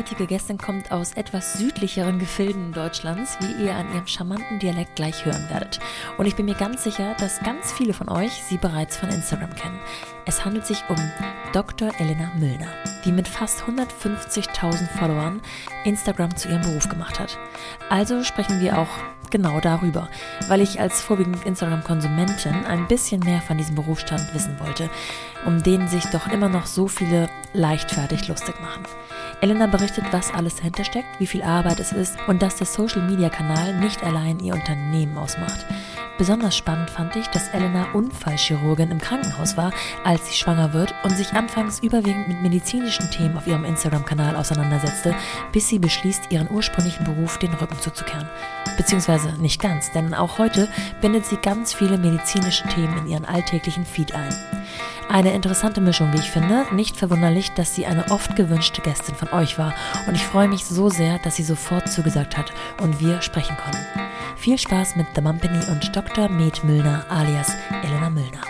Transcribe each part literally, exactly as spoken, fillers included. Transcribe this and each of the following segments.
heutige Gästin kommt aus etwas südlicheren Gefilden Deutschlands, wie ihr an ihrem charmanten Dialekt gleich hören werdet. Und ich bin mir ganz sicher, dass ganz viele von euch sie bereits von Instagram kennen. Es handelt sich um Doktor Elena Müllner, die mit fast hundertfünfzigtausend Followern Instagram zu ihrem Beruf gemacht hat. Also sprechen wir auch genau darüber, weil ich als vorwiegend Instagram-Konsumentin ein bisschen mehr von diesem Berufsstand wissen wollte, um den sich doch immer noch so viele leichtfertig lustig machen. Elena berichtet, was alles dahinter steckt, wie viel Arbeit es ist und dass der Social-Media-Kanal nicht allein ihr Unternehmen ausmacht. Besonders spannend fand ich, dass Elena Unfallchirurgin im Krankenhaus war, als sie schwanger wird und sich anfangs überwiegend mit medizinischen Themen auf ihrem Instagram-Kanal auseinandersetzte, bis sie beschließt, ihren ursprünglichen Beruf den Rücken zuzukehren. Beziehungsweise nicht ganz, denn auch heute bindet sie ganz viele medizinische Themen in ihren alltäglichen Feed ein. Eine interessante Mischung, wie ich finde. Nicht verwunderlich, dass sie eine oft gewünschte Gästin von euch war. Und ich freue mich so sehr, dass sie sofort zugesagt hat und wir sprechen konnten. Viel Spaß mit The Mumpany und Doktor Med Müllner alias Elena Müllner.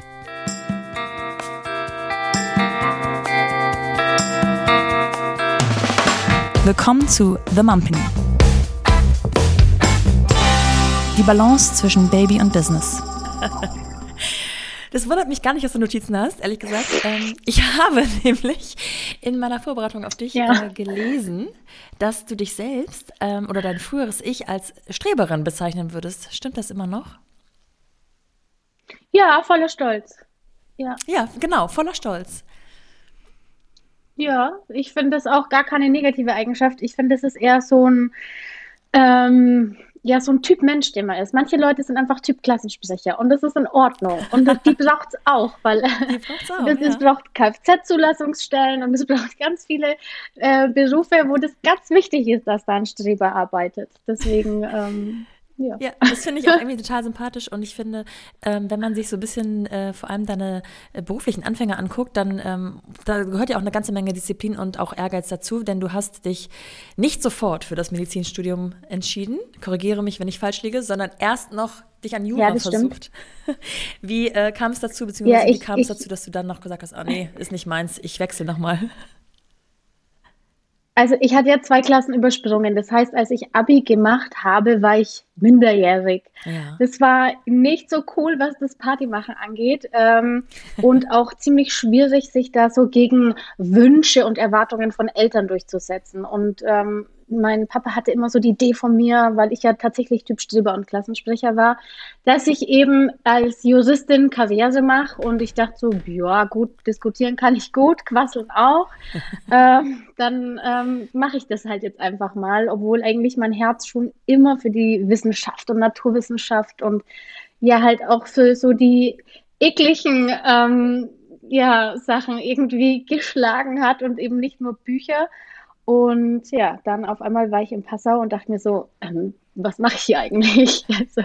Willkommen zu The Mumpany. Die Balance zwischen Baby und Business. Das wundert mich gar nicht, dass du Notizen hast, ehrlich gesagt. Ähm, ich habe nämlich in meiner Vorbereitung auf dich ja. äh, gelesen, dass du dich selbst ähm, oder dein früheres Ich als Streberin bezeichnen würdest. Stimmt das immer noch? Ja, voller Stolz. Ja, ja genau, voller Stolz. Ja, ich finde das auch gar keine negative Eigenschaft. Ich finde, das ist eher so ein... Ähm, ja, so ein Typ Mensch, den man ist. Manche Leute sind einfach Typ Klassensprecher und das ist in Ordnung. Und das, die braucht es auch, weil die braucht's auch, das, ja. es braucht Kfz-Zulassungsstellen und es braucht ganz viele äh, Berufe, wo das ganz wichtig ist, dass da ein Streber arbeitet. Deswegen, ähm, ja. Ja, das finde ich auch irgendwie total sympathisch und ich finde, ähm, wenn man sich so ein bisschen äh, vor allem deine äh, beruflichen Anfänge anguckt, dann ähm, da gehört ja auch eine ganze Menge Disziplin und auch Ehrgeiz dazu, denn du hast dich nicht sofort für das Medizinstudium entschieden, korrigiere mich, wenn ich falsch liege, sondern erst noch dich an Jura ja, das versucht. Stimmt. Wie äh, kam es dazu, beziehungsweise ja, ich, wie kam es ich, dazu, dass du dann noch gesagt hast, oh nee, ist nicht meins, ich wechsle nochmal? Also ich hatte ja zwei Klassen übersprungen. Das heißt, als ich Abi gemacht habe, war ich minderjährig. Ja. Das war nicht so cool, was das Partymachen angeht. Ähm, und auch ziemlich schwierig, sich da so gegen Wünsche und Erwartungen von Eltern durchzusetzen. Und ähm, mein Papa hatte immer so die Idee von mir, weil ich ja tatsächlich Typ Streber und Klassensprecher war, dass ich eben als Juristin Karriere mache. Und ich dachte so, ja gut, diskutieren kann ich gut, quasseln auch. ähm, dann ähm, mache ich das halt jetzt einfach mal, obwohl eigentlich mein Herz schon immer für die Wissenschaft und Naturwissenschaft und ja halt auch für so die ekligen ähm, ja, Sachen irgendwie geschlagen hat und eben nicht nur Bücher. Und ja, dann auf einmal war ich in Passau und dachte mir so, ähm, was mache ich hier eigentlich? Also,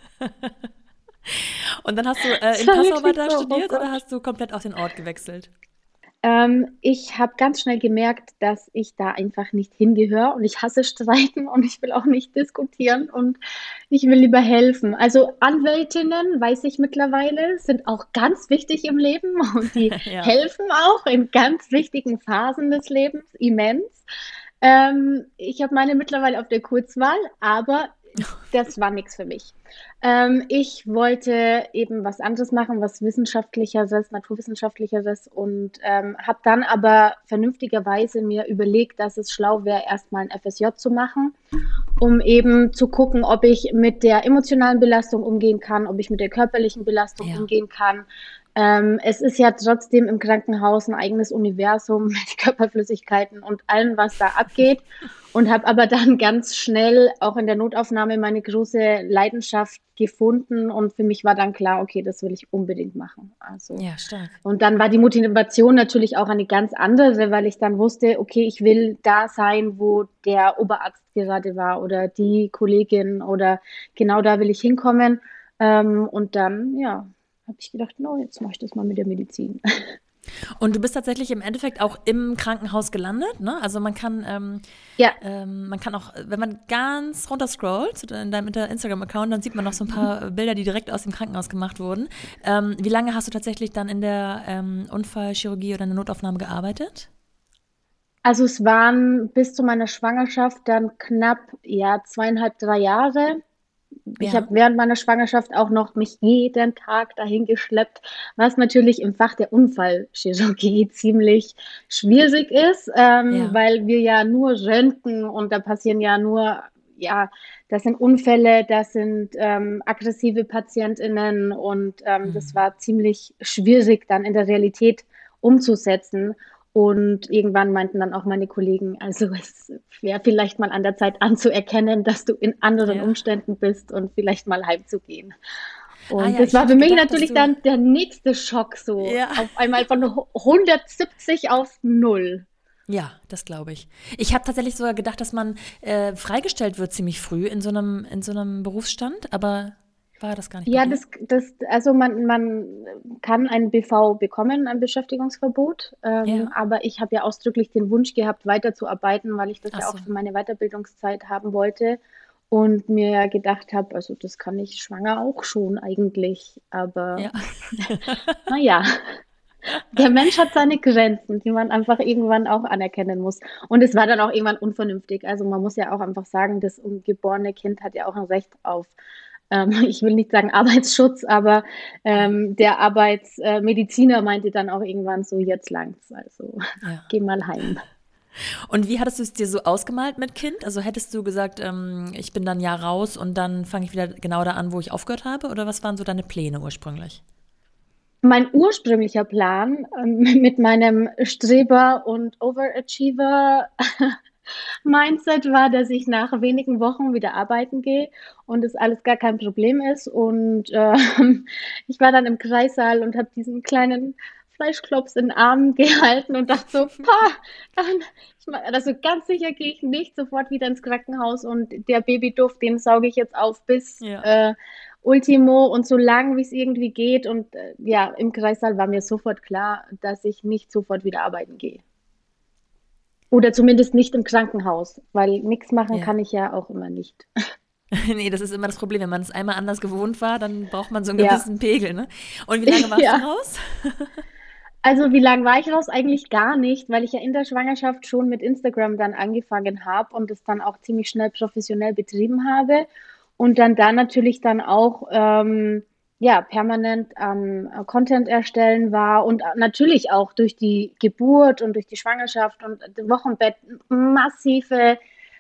und dann hast du äh, in Passau weiter so, studiert oh oder hast du komplett auf den Ort gewechselt? Ähm, ich habe ganz schnell gemerkt, dass ich da einfach nicht hingehöre und ich hasse Streiten und ich will auch nicht diskutieren und ich will lieber helfen. Also Anwältinnen, weiß ich mittlerweile, sind auch ganz wichtig im Leben und die ja. helfen auch in ganz wichtigen Phasen des Lebens immens. Ähm, ich habe meine mittlerweile auf der Kurzwahl, aber das war nichts für mich. Ähm, ich wollte eben was anderes machen, was wissenschaftlicheres, naturwissenschaftlicheres und ähm, habe dann aber vernünftigerweise mir überlegt, dass es schlau wäre, erstmal ein F S J zu machen, um eben zu gucken, ob ich mit der emotionalen Belastung umgehen kann, ob ich mit der körperlichen Belastung ja. umgehen kann. Ähm, es ist ja trotzdem im Krankenhaus ein eigenes Universum mit Körperflüssigkeiten und allem, was da abgeht. Und habe aber dann ganz schnell auch in der Notaufnahme meine große Leidenschaft gefunden. Und für mich war dann klar, okay, das will ich unbedingt machen. Also, ja, stark. Und dann war die Motivation natürlich auch eine ganz andere, weil ich dann wusste, okay, ich will da sein, wo der Oberarzt gerade war oder die Kollegin oder genau da will ich hinkommen. Ähm, und dann, ja, habe ich gedacht, no, jetzt mache ich das mal mit der Medizin. Und du bist tatsächlich im Endeffekt auch im Krankenhaus gelandet, ne? Also man kann, ähm, ja. ähm, man kann auch, wenn man ganz runter scrollt in deinem Instagram-Account, dann sieht man noch so ein paar Bilder, die direkt aus dem Krankenhaus gemacht wurden. Ähm, wie lange hast du tatsächlich dann in der ähm, Unfallchirurgie oder in der Notaufnahme gearbeitet? Also es waren bis zu meiner Schwangerschaft dann knapp, ja, zweieinhalb, drei Jahre. Ich habe Ja, während meiner Schwangerschaft auch noch mich jeden Tag dahin geschleppt, was natürlich im Fach der Unfallchirurgie ziemlich schwierig ist, ähm, ja. weil wir ja nur röntgen und da passieren ja nur, ja, das sind Unfälle, das sind ähm, aggressive PatientInnen und ähm, das Mhm. war ziemlich schwierig dann in der Realität umzusetzen. Und irgendwann meinten dann auch meine Kollegen, also es wäre vielleicht mal an der Zeit anzuerkennen, dass du in anderen Ja. Umständen bist und vielleicht mal heimzugehen. Ah Und ja, das ich war für hätte mich gedacht, dass natürlich du, dann der nächste Schock, so ja. auf einmal von hundertsiebzig auf null. Ja, das glaube ich. Ich habe tatsächlich sogar gedacht, dass man äh, freigestellt wird ziemlich früh in so einem, in so einem Berufsstand, aber war das gar nicht bei Ja, dir? das, das, also man, man kann ein B V bekommen, ein Beschäftigungsverbot, ähm, Ja. aber ich habe ja ausdrücklich den Wunsch gehabt, weiterzuarbeiten, weil ich das Ach ja auch so. für meine Weiterbildungszeit haben wollte und mir ja gedacht habe, also das kann ich schwanger auch schon eigentlich, aber Ja. naja, der Mensch hat seine Grenzen, die man einfach irgendwann auch anerkennen muss. Und es war dann auch irgendwann unvernünftig. Also man muss ja auch einfach sagen, das ungeborene Kind hat ja auch ein Recht auf, ähm, ich will nicht sagen Arbeitsschutz, aber Ja. ähm, der Arbeitsmediziner meinte dann auch irgendwann so, jetzt langt's, also Ja. geh mal heim. Und wie hattest du es dir so ausgemalt mit Kind? Also hättest du gesagt, ähm, ich bin dann ein Jahr raus und dann fange ich wieder genau da an, wo ich aufgehört habe? Oder was waren so deine Pläne ursprünglich? Mein ursprünglicher Plan ähm, mit meinem Streber und Overachiever Mindset war, dass ich nach wenigen Wochen wieder arbeiten gehe und es alles gar kein Problem ist. Und ähm, ich war dann im Kreissaal und habe diesen kleinen Fleischklops in den Arm gehalten und dachte so, pa, dann, ich mein, also ganz sicher gehe ich nicht sofort wieder ins Krankenhaus und der Babyduft, den sauge ich jetzt auf bis Ja. äh, Ultimo und so lang, wie es irgendwie geht. Und äh, ja, im Kreissaal war mir sofort klar, dass ich nicht sofort wieder arbeiten gehe. Oder zumindest nicht im Krankenhaus, weil nichts machen Ja. kann ich ja auch immer nicht. Nee, das ist immer das Problem. Wenn man es einmal anders gewohnt war, dann braucht man so einen Ja, gewissen Pegel, ne? Und wie lange warst du ja. raus? Also wie lange war ich raus? Eigentlich gar nicht, weil ich ja in der Schwangerschaft schon mit Instagram dann angefangen habe und es dann auch ziemlich schnell professionell betrieben habe und dann da natürlich dann auch ähm, ja permanent am äh, Content erstellen war und natürlich auch durch die Geburt und durch die Schwangerschaft und das Wochenbett massive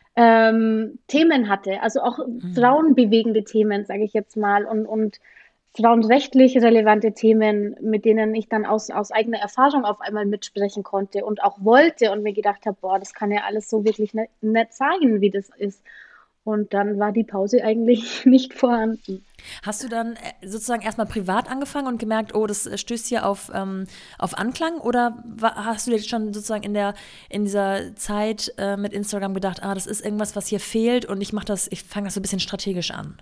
ähm, Themen hatte, also auch Mhm. frauenbewegende Themen, sage ich jetzt mal, und, und frauenrechtlich relevante Themen, mit denen ich dann aus, aus eigener Erfahrung auf einmal mitsprechen konnte und auch wollte und mir gedacht habe, boah, das kann ja alles so wirklich nicht, nicht sein, wie das ist. Und dann war die Pause eigentlich nicht vorhanden. Hast du dann äh, sozusagen erstmal privat angefangen und gemerkt, oh, das äh, stößt hier auf, ähm, auf Anklang? Oder wa- hast du jetzt schon sozusagen in der in dieser Zeit äh, mit Instagram gedacht, ah, das ist irgendwas, was hier fehlt und ich mache das, ich fange das so ein bisschen strategisch an?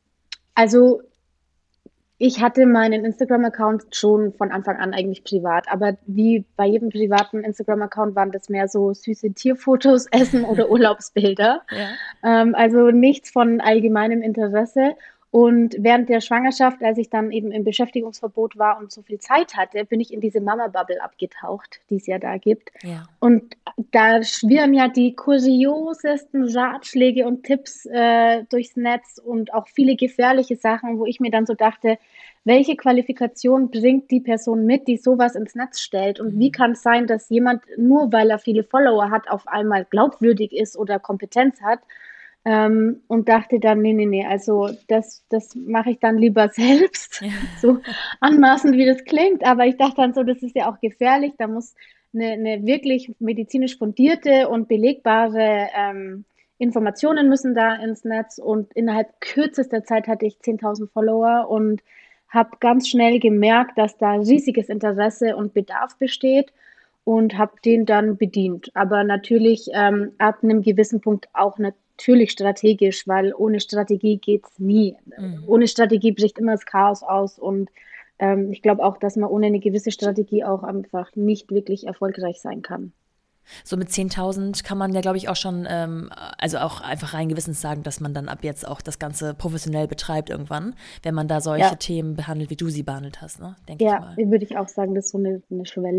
Also ich hatte meinen Instagram-Account schon von Anfang an eigentlich privat, aber wie bei jedem privaten Instagram-Account waren das mehr so süße Tierfotos, Essen oder Urlaubsbilder. Ja. Ähm, also nichts von allgemeinem Interesse. Und während der Schwangerschaft, als ich dann eben im Beschäftigungsverbot war und so viel Zeit hatte, bin ich in diese Mama-Bubble abgetaucht, die es ja da gibt. Ja. Und da schwirren ja die kuriosesten Ratschläge und Tipps äh, durchs Netz und auch viele gefährliche Sachen, wo ich mir dann so dachte, welche Qualifikation bringt die Person mit, die sowas ins Netz stellt? Und wie Mhm. kann es sein, dass jemand, nur weil er viele Follower hat, auf einmal glaubwürdig ist oder Kompetenz hat? Ähm, und dachte dann, nee, nee, nee, also das, das mache ich dann lieber selbst, Ja. so anmaßend wie das klingt. Aber ich dachte dann so, das ist ja auch gefährlich, da muss eine, eine wirklich medizinisch fundierte und belegbare ähm, Informationen müssen da ins Netz. Und innerhalb kürzester Zeit hatte ich zehntausend Follower und habe ganz schnell gemerkt, dass da riesiges Interesse und Bedarf besteht und habe den dann bedient. Aber natürlich ähm, ab einem gewissen Punkt auch natürlich strategisch, weil ohne Strategie geht's nie. Mhm. Ohne Strategie bricht immer das Chaos aus und ähm, ich glaube auch, dass man ohne eine gewisse Strategie auch einfach nicht wirklich erfolgreich sein kann. So mit zehntausend kann man ja, glaube ich, auch schon, ähm, also auch einfach rein gewissens sagen, dass man dann ab jetzt auch das Ganze professionell betreibt irgendwann, wenn man da solche Ja, Themen behandelt, wie du sie behandelt hast, ne? Denke ich ja, mal. würde ich auch sagen, das ist so eine, eine Schwelle.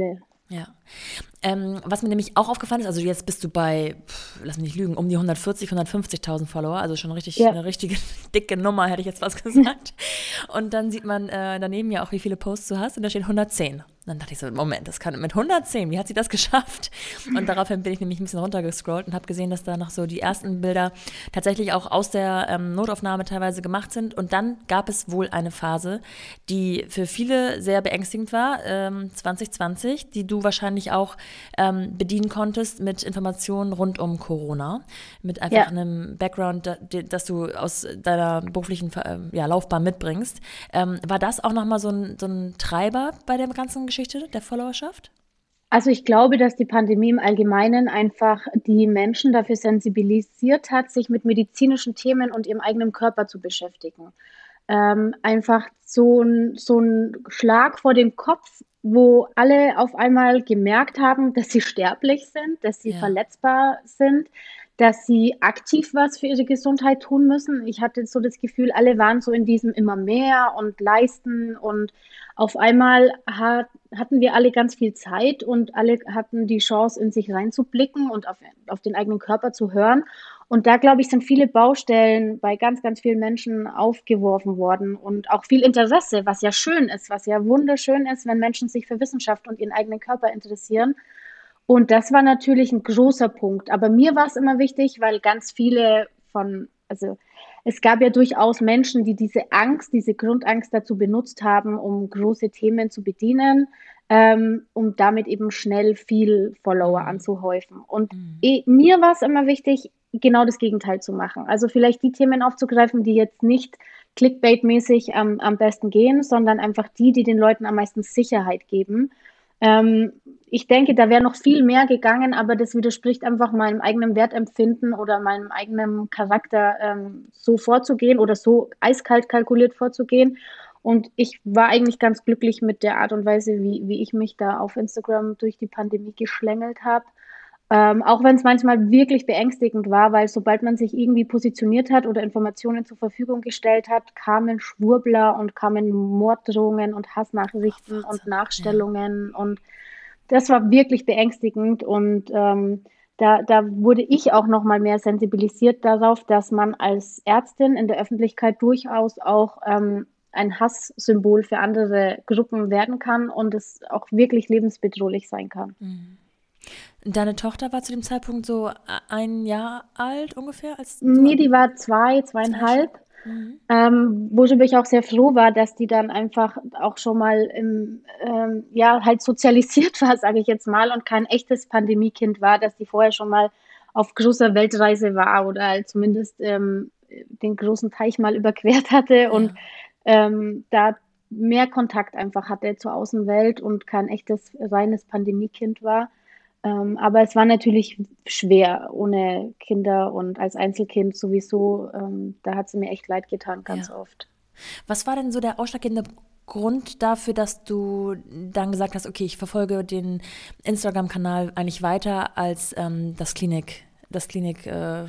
Ja. Ähm, was mir nämlich auch aufgefallen ist, also jetzt bist du bei, pff, lass mich nicht lügen, um die hundertvierzig, hundertfünfzigtausend Follower, also schon richtig Ja. eine richtige dicke Nummer, hätte ich jetzt was gesagt. Und dann sieht man äh, daneben ja auch, wie viele Posts du hast und da steht hundertzehn. Dann dachte ich so, Moment, das kann mit hundertzehn, wie hat sie das geschafft? Und daraufhin bin ich nämlich ein bisschen runtergescrollt und habe gesehen, dass da noch so die ersten Bilder tatsächlich auch aus der ähm, Notaufnahme teilweise gemacht sind. Und dann gab es wohl eine Phase, die für viele sehr beängstigend war, ähm, zwanzig zwanzig, die du wahrscheinlich auch ähm, bedienen konntest mit Informationen rund um Corona, mit einfach Ja. einem Background, da, die, das du aus deiner beruflichen äh, ja, Laufbahn mitbringst. Ähm, war das auch nochmal so ein, so ein Treiber bei der ganzen Geschichte der Followerschaft? Also ich glaube, dass die Pandemie im Allgemeinen einfach die Menschen dafür sensibilisiert hat, sich mit medizinischen Themen und ihrem eigenen Körper zu beschäftigen. Ähm, einfach so ein, so ein Schlag vor den Kopf, wo alle auf einmal gemerkt haben, dass sie sterblich sind, dass sie Ja. verletzbar sind, dass sie aktiv was für ihre Gesundheit tun müssen. Ich hatte so das Gefühl, alle waren so in diesem immer mehr und leisten und auf einmal hat, hatten wir alle ganz viel Zeit und alle hatten die Chance, in sich reinzublicken und auf, auf den eigenen Körper zu hören. Und da, glaube ich, sind viele Baustellen bei ganz, ganz vielen Menschen aufgeworfen worden und auch viel Interesse, was ja schön ist, was ja wunderschön ist, wenn Menschen sich für Wissenschaft und ihren eigenen Körper interessieren. Und das war natürlich ein großer Punkt. Aber mir war es immer wichtig, weil ganz viele von, also es gab ja durchaus Menschen, die diese Angst, diese Grundangst dazu benutzt haben, um große Themen zu bedienen, ähm, um damit eben schnell viel Follower Mhm. anzuhäufen. Und Mhm. eh, mir war es immer wichtig, genau das Gegenteil zu machen. Also vielleicht die Themen aufzugreifen, die jetzt nicht Clickbait-mäßig am, am besten gehen, sondern einfach die, die den Leuten am meisten Sicherheit geben. Ähm, Ich denke, da wäre noch viel mehr gegangen, aber das widerspricht einfach meinem eigenen Wertempfinden oder meinem eigenen Charakter, ähm, so vorzugehen oder so eiskalt kalkuliert vorzugehen. Und ich war eigentlich ganz glücklich mit der Art und Weise, wie, wie ich mich da auf Instagram durch die Pandemie geschlängelt habe. Ähm, auch wenn es manchmal wirklich beängstigend war, weil sobald man sich irgendwie positioniert hat oder Informationen zur Verfügung gestellt hat, kamen Schwurbler und kamen Morddrohungen und Hassnachrichten und Wahnsinn. Ja. Nachstellungen und das war wirklich beängstigend und ähm, da, da wurde ich auch noch mal mehr sensibilisiert darauf, dass man als Ärztin in der Öffentlichkeit durchaus auch ähm, ein Hasssymbol für andere Gruppen werden kann und es auch wirklich lebensbedrohlich sein kann. Mhm. Deine Tochter war zu dem Zeitpunkt so ein Jahr alt ungefähr, als du Nee, die war zwei, zwei schon. zweieinhalb. Mhm. Ähm, worüber ich auch sehr froh war, dass die dann einfach auch schon mal im, ähm, ja, halt sozialisiert war, sage ich jetzt mal, und kein echtes Pandemiekind war, dass die vorher schon mal auf großer Weltreise war oder halt zumindest ähm, den großen Teich mal überquert hatte und Ja. ähm, da mehr Kontakt einfach hatte zur Außenwelt und kein echtes reines Pandemiekind war. Ähm, aber es war natürlich schwer ohne Kinder und als Einzelkind sowieso. Ähm, da hat sie mir echt leid getan, ganz Ja. oft. Was war denn so der ausschlaggebende Grund dafür, dass du dann gesagt hast, okay, ich verfolge den Instagram-Kanal eigentlich weiter als ähm, das Klinik, das Klinik, äh,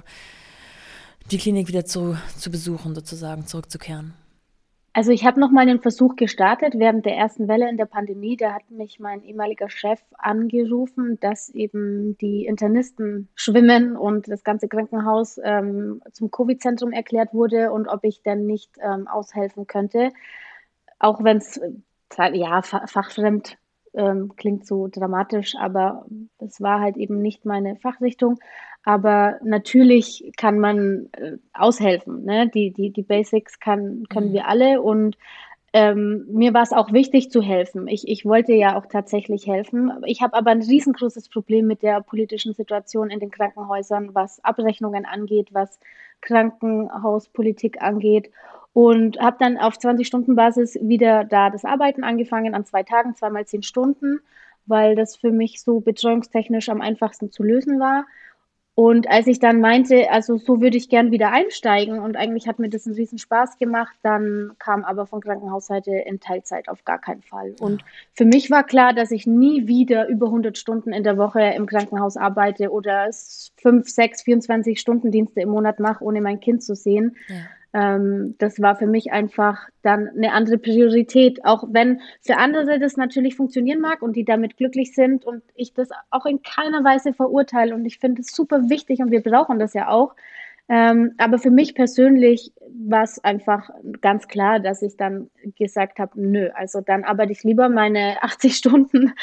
die Klinik wieder zu, zu besuchen, sozusagen, zurückzukehren? Also ich habe noch mal einen Versuch gestartet während der ersten Welle in der Pandemie. Da hat mich mein ehemaliger Chef angerufen, dass eben die Internisten schwimmen und das ganze Krankenhaus ähm, zum Covid-Zentrum erklärt wurde und ob ich denn nicht ähm, aushelfen könnte. Auch wenn es, ja, fa- fachfremd ähm, klingt so dramatisch, aber es war halt eben nicht meine Fachrichtung. Aber natürlich kann man äh, aushelfen. Ne? Die, die, die Basics kann, können Mhm. wir alle. Und ähm, mir war es auch wichtig zu helfen. Ich, ich wollte ja auch tatsächlich helfen. Ich habe aber ein riesengroßes Problem mit der politischen Situation in den Krankenhäusern, was Abrechnungen angeht, was Krankenhauspolitik angeht. Und habe dann auf zwanzig-Stunden-Basis wieder da das Arbeiten angefangen, an zwei Tagen, zweimal zehn Stunden, weil das für mich so betreuungstechnisch am einfachsten zu lösen war. Und als ich dann meinte, also so würde ich gern wieder einsteigen und eigentlich hat mir das einen riesen Spaß gemacht, dann kam aber von Krankenhausseite in Teilzeit auf gar keinen Fall. Und für mich war klar, dass ich nie wieder über hundert Stunden in der Woche im Krankenhaus arbeite oder fünf, sechs, vierundzwanzig Stunden Dienste im Monat mache, ohne mein Kind zu sehen. Ja. Ähm, das war für mich einfach dann eine andere Priorität, auch wenn für andere das natürlich funktionieren mag und die damit glücklich sind und ich das auch in keiner Weise verurteile und ich finde es super wichtig und wir brauchen das ja auch. Ähm, aber für mich persönlich war es einfach ganz klar, dass ich dann gesagt habe, nö, also dann arbeite ich lieber meine achtzig Stunden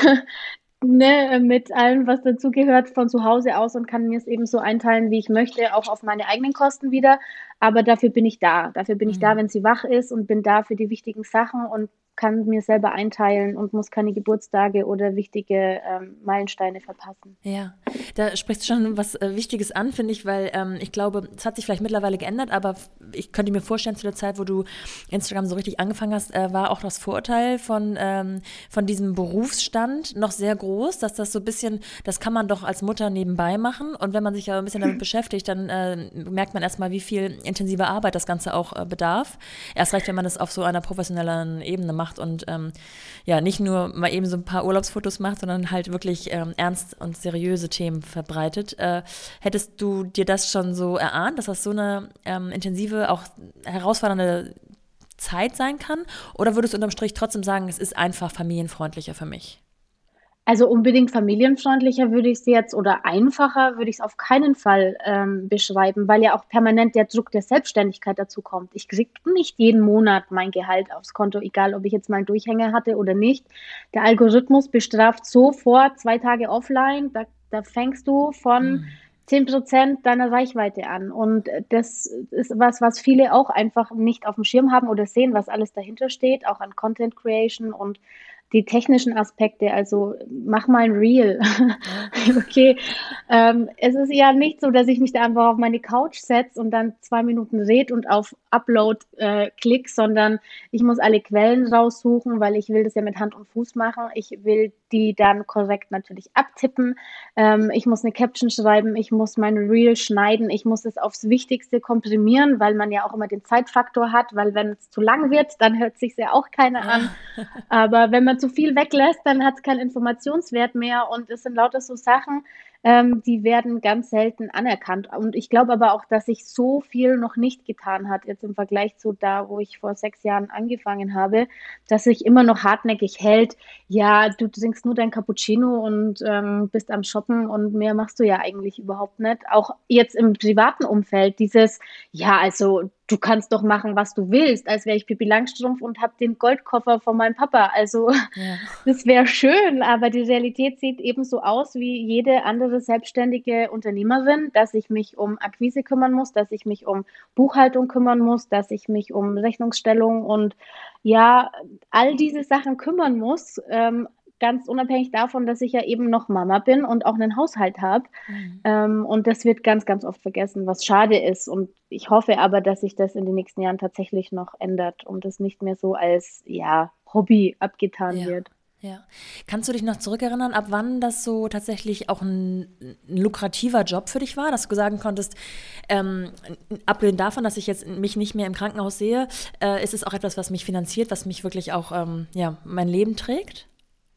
ne, mit allem, was dazugehört, von zu Hause aus und kann mir es eben so einteilen, wie ich möchte, auch auf meine eigenen Kosten wieder. Aber dafür bin ich da. Dafür bin ich da, Mhm. wenn sie wach ist und bin da für die wichtigen Sachen und kann mir selber einteilen und muss keine Geburtstage oder wichtige ähm, Meilensteine verpassen. Ja, da sprichst du schon was äh, Wichtiges an, finde ich, weil ähm, ich glaube, es hat sich vielleicht mittlerweile geändert, aber f- ich könnte mir vorstellen, zu der Zeit, wo du Instagram so richtig angefangen hast, äh, war auch das Vorurteil von, ähm, von diesem Berufsstand noch sehr groß, dass das so ein bisschen, das kann man doch als Mutter nebenbei machen und wenn man sich aber ein bisschen damit beschäftigt, dann äh, merkt man erstmal, wie viel intensive Arbeit das Ganze auch äh, bedarf. Erst recht, wenn man das auf so einer professionellen Ebene macht und ähm, ja, nicht nur mal eben so ein paar Urlaubsfotos macht, sondern halt wirklich ähm, ernst und seriöse Themen verbreitet. Äh, hättest du dir das schon so erahnt, dass das so eine ähm, intensive, auch herausfordernde Zeit sein kann? Oder würdest du unterm Strich trotzdem sagen, es ist einfach familienfreundlicher für mich? Also unbedingt familienfreundlicher würde ich es jetzt oder einfacher würde ich es auf keinen Fall ähm, beschreiben, weil ja auch permanent der Druck der Selbstständigkeit dazu kommt. Ich kriege nicht jeden Monat mein Gehalt aufs Konto, egal ob ich jetzt mal einen Durchhänger hatte oder nicht. Der Algorithmus bestraft sofort zwei Tage offline. Da, da fängst du von Mhm. zehn Prozent deiner Reichweite an. Und das ist was, was viele auch einfach nicht auf dem Schirm haben oder sehen, was alles dahinter steht, auch an Content Creation und die technischen Aspekte, also mach mal ein Reel. Ja. Okay, ähm, es ist ja nicht so, dass ich mich da einfach auf meine Couch setze und dann zwei Minuten red und auf Upload äh, klick, sondern ich muss alle Quellen raussuchen, weil ich will das ja mit Hand und Fuß machen. Ich will die dann korrekt natürlich abtippen. Ähm, ich muss eine Caption schreiben, ich muss mein Reel schneiden, ich muss es aufs Wichtigste komprimieren, weil man ja auch immer den Zeitfaktor hat, weil wenn es zu lang wird, dann hört sich ja auch keiner an. Ja. Aber wenn man zu viel weglässt, dann hat es keinen Informationswert mehr und es sind lauter so Sachen, ähm, die werden ganz selten anerkannt. Und ich glaube aber auch, dass sich so viel noch nicht getan hat, jetzt im Vergleich zu da, wo ich vor sechs Jahren angefangen habe, dass sich immer noch hartnäckig hält, ja, du trinkst nur dein Cappuccino und ähm, bist am Shoppen und mehr machst du ja eigentlich überhaupt nicht. Auch jetzt im privaten Umfeld, dieses, ja, also du kannst doch machen, was du willst, als wäre ich Pippi Langstrumpf und habe den Goldkoffer von meinem Papa. Also Ja. das wäre schön, aber die Realität sieht ebenso aus wie jede andere selbstständige Unternehmerin, dass ich mich um Akquise kümmern muss, dass ich mich um Buchhaltung kümmern muss, dass ich mich um Rechnungsstellung und ja, all diese Sachen kümmern muss, ähm, ganz unabhängig davon, dass ich ja eben noch Mama bin und auch einen Haushalt habe. Mhm. Ähm, und das wird ganz, ganz oft vergessen, was schade ist. Und ich hoffe aber, dass sich das in den nächsten Jahren tatsächlich noch ändert und es nicht mehr so als ja, Hobby abgetan Ja, wird. ja. Kannst du dich noch zurückerinnern, ab wann das so tatsächlich auch ein, ein lukrativer Job für dich war, dass du sagen konntest, ähm, abgesehen davon, dass ich jetzt mich nicht mehr im Krankenhaus sehe, äh, ist es auch etwas, was mich finanziert, was mich wirklich auch ähm, ja, mein Leben trägt?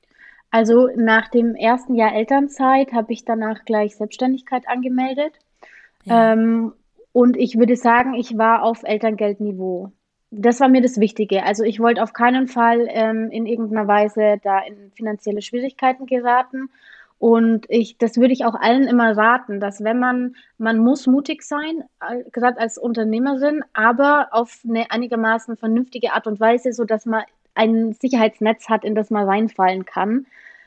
Also nach dem ersten Jahr Elternzeit habe ich danach gleich Selbstständigkeit angemeldet. Ja. Ähm, und ich würde sagen, ich war auf Elterngeldniveau. Das war mir das Wichtige. Also ich wollte auf keinen Fall ähm, in irgendeiner Weise da in finanzielle Schwierigkeiten geraten. Und ich, das würde ich auch allen immer raten, dass wenn man, man muss mutig sein, äh, gerade als Unternehmerin, aber auf eine einigermaßen vernünftige Art und Weise, so dass man ein Sicherheitsnetz hat, in das man reinfallen kann.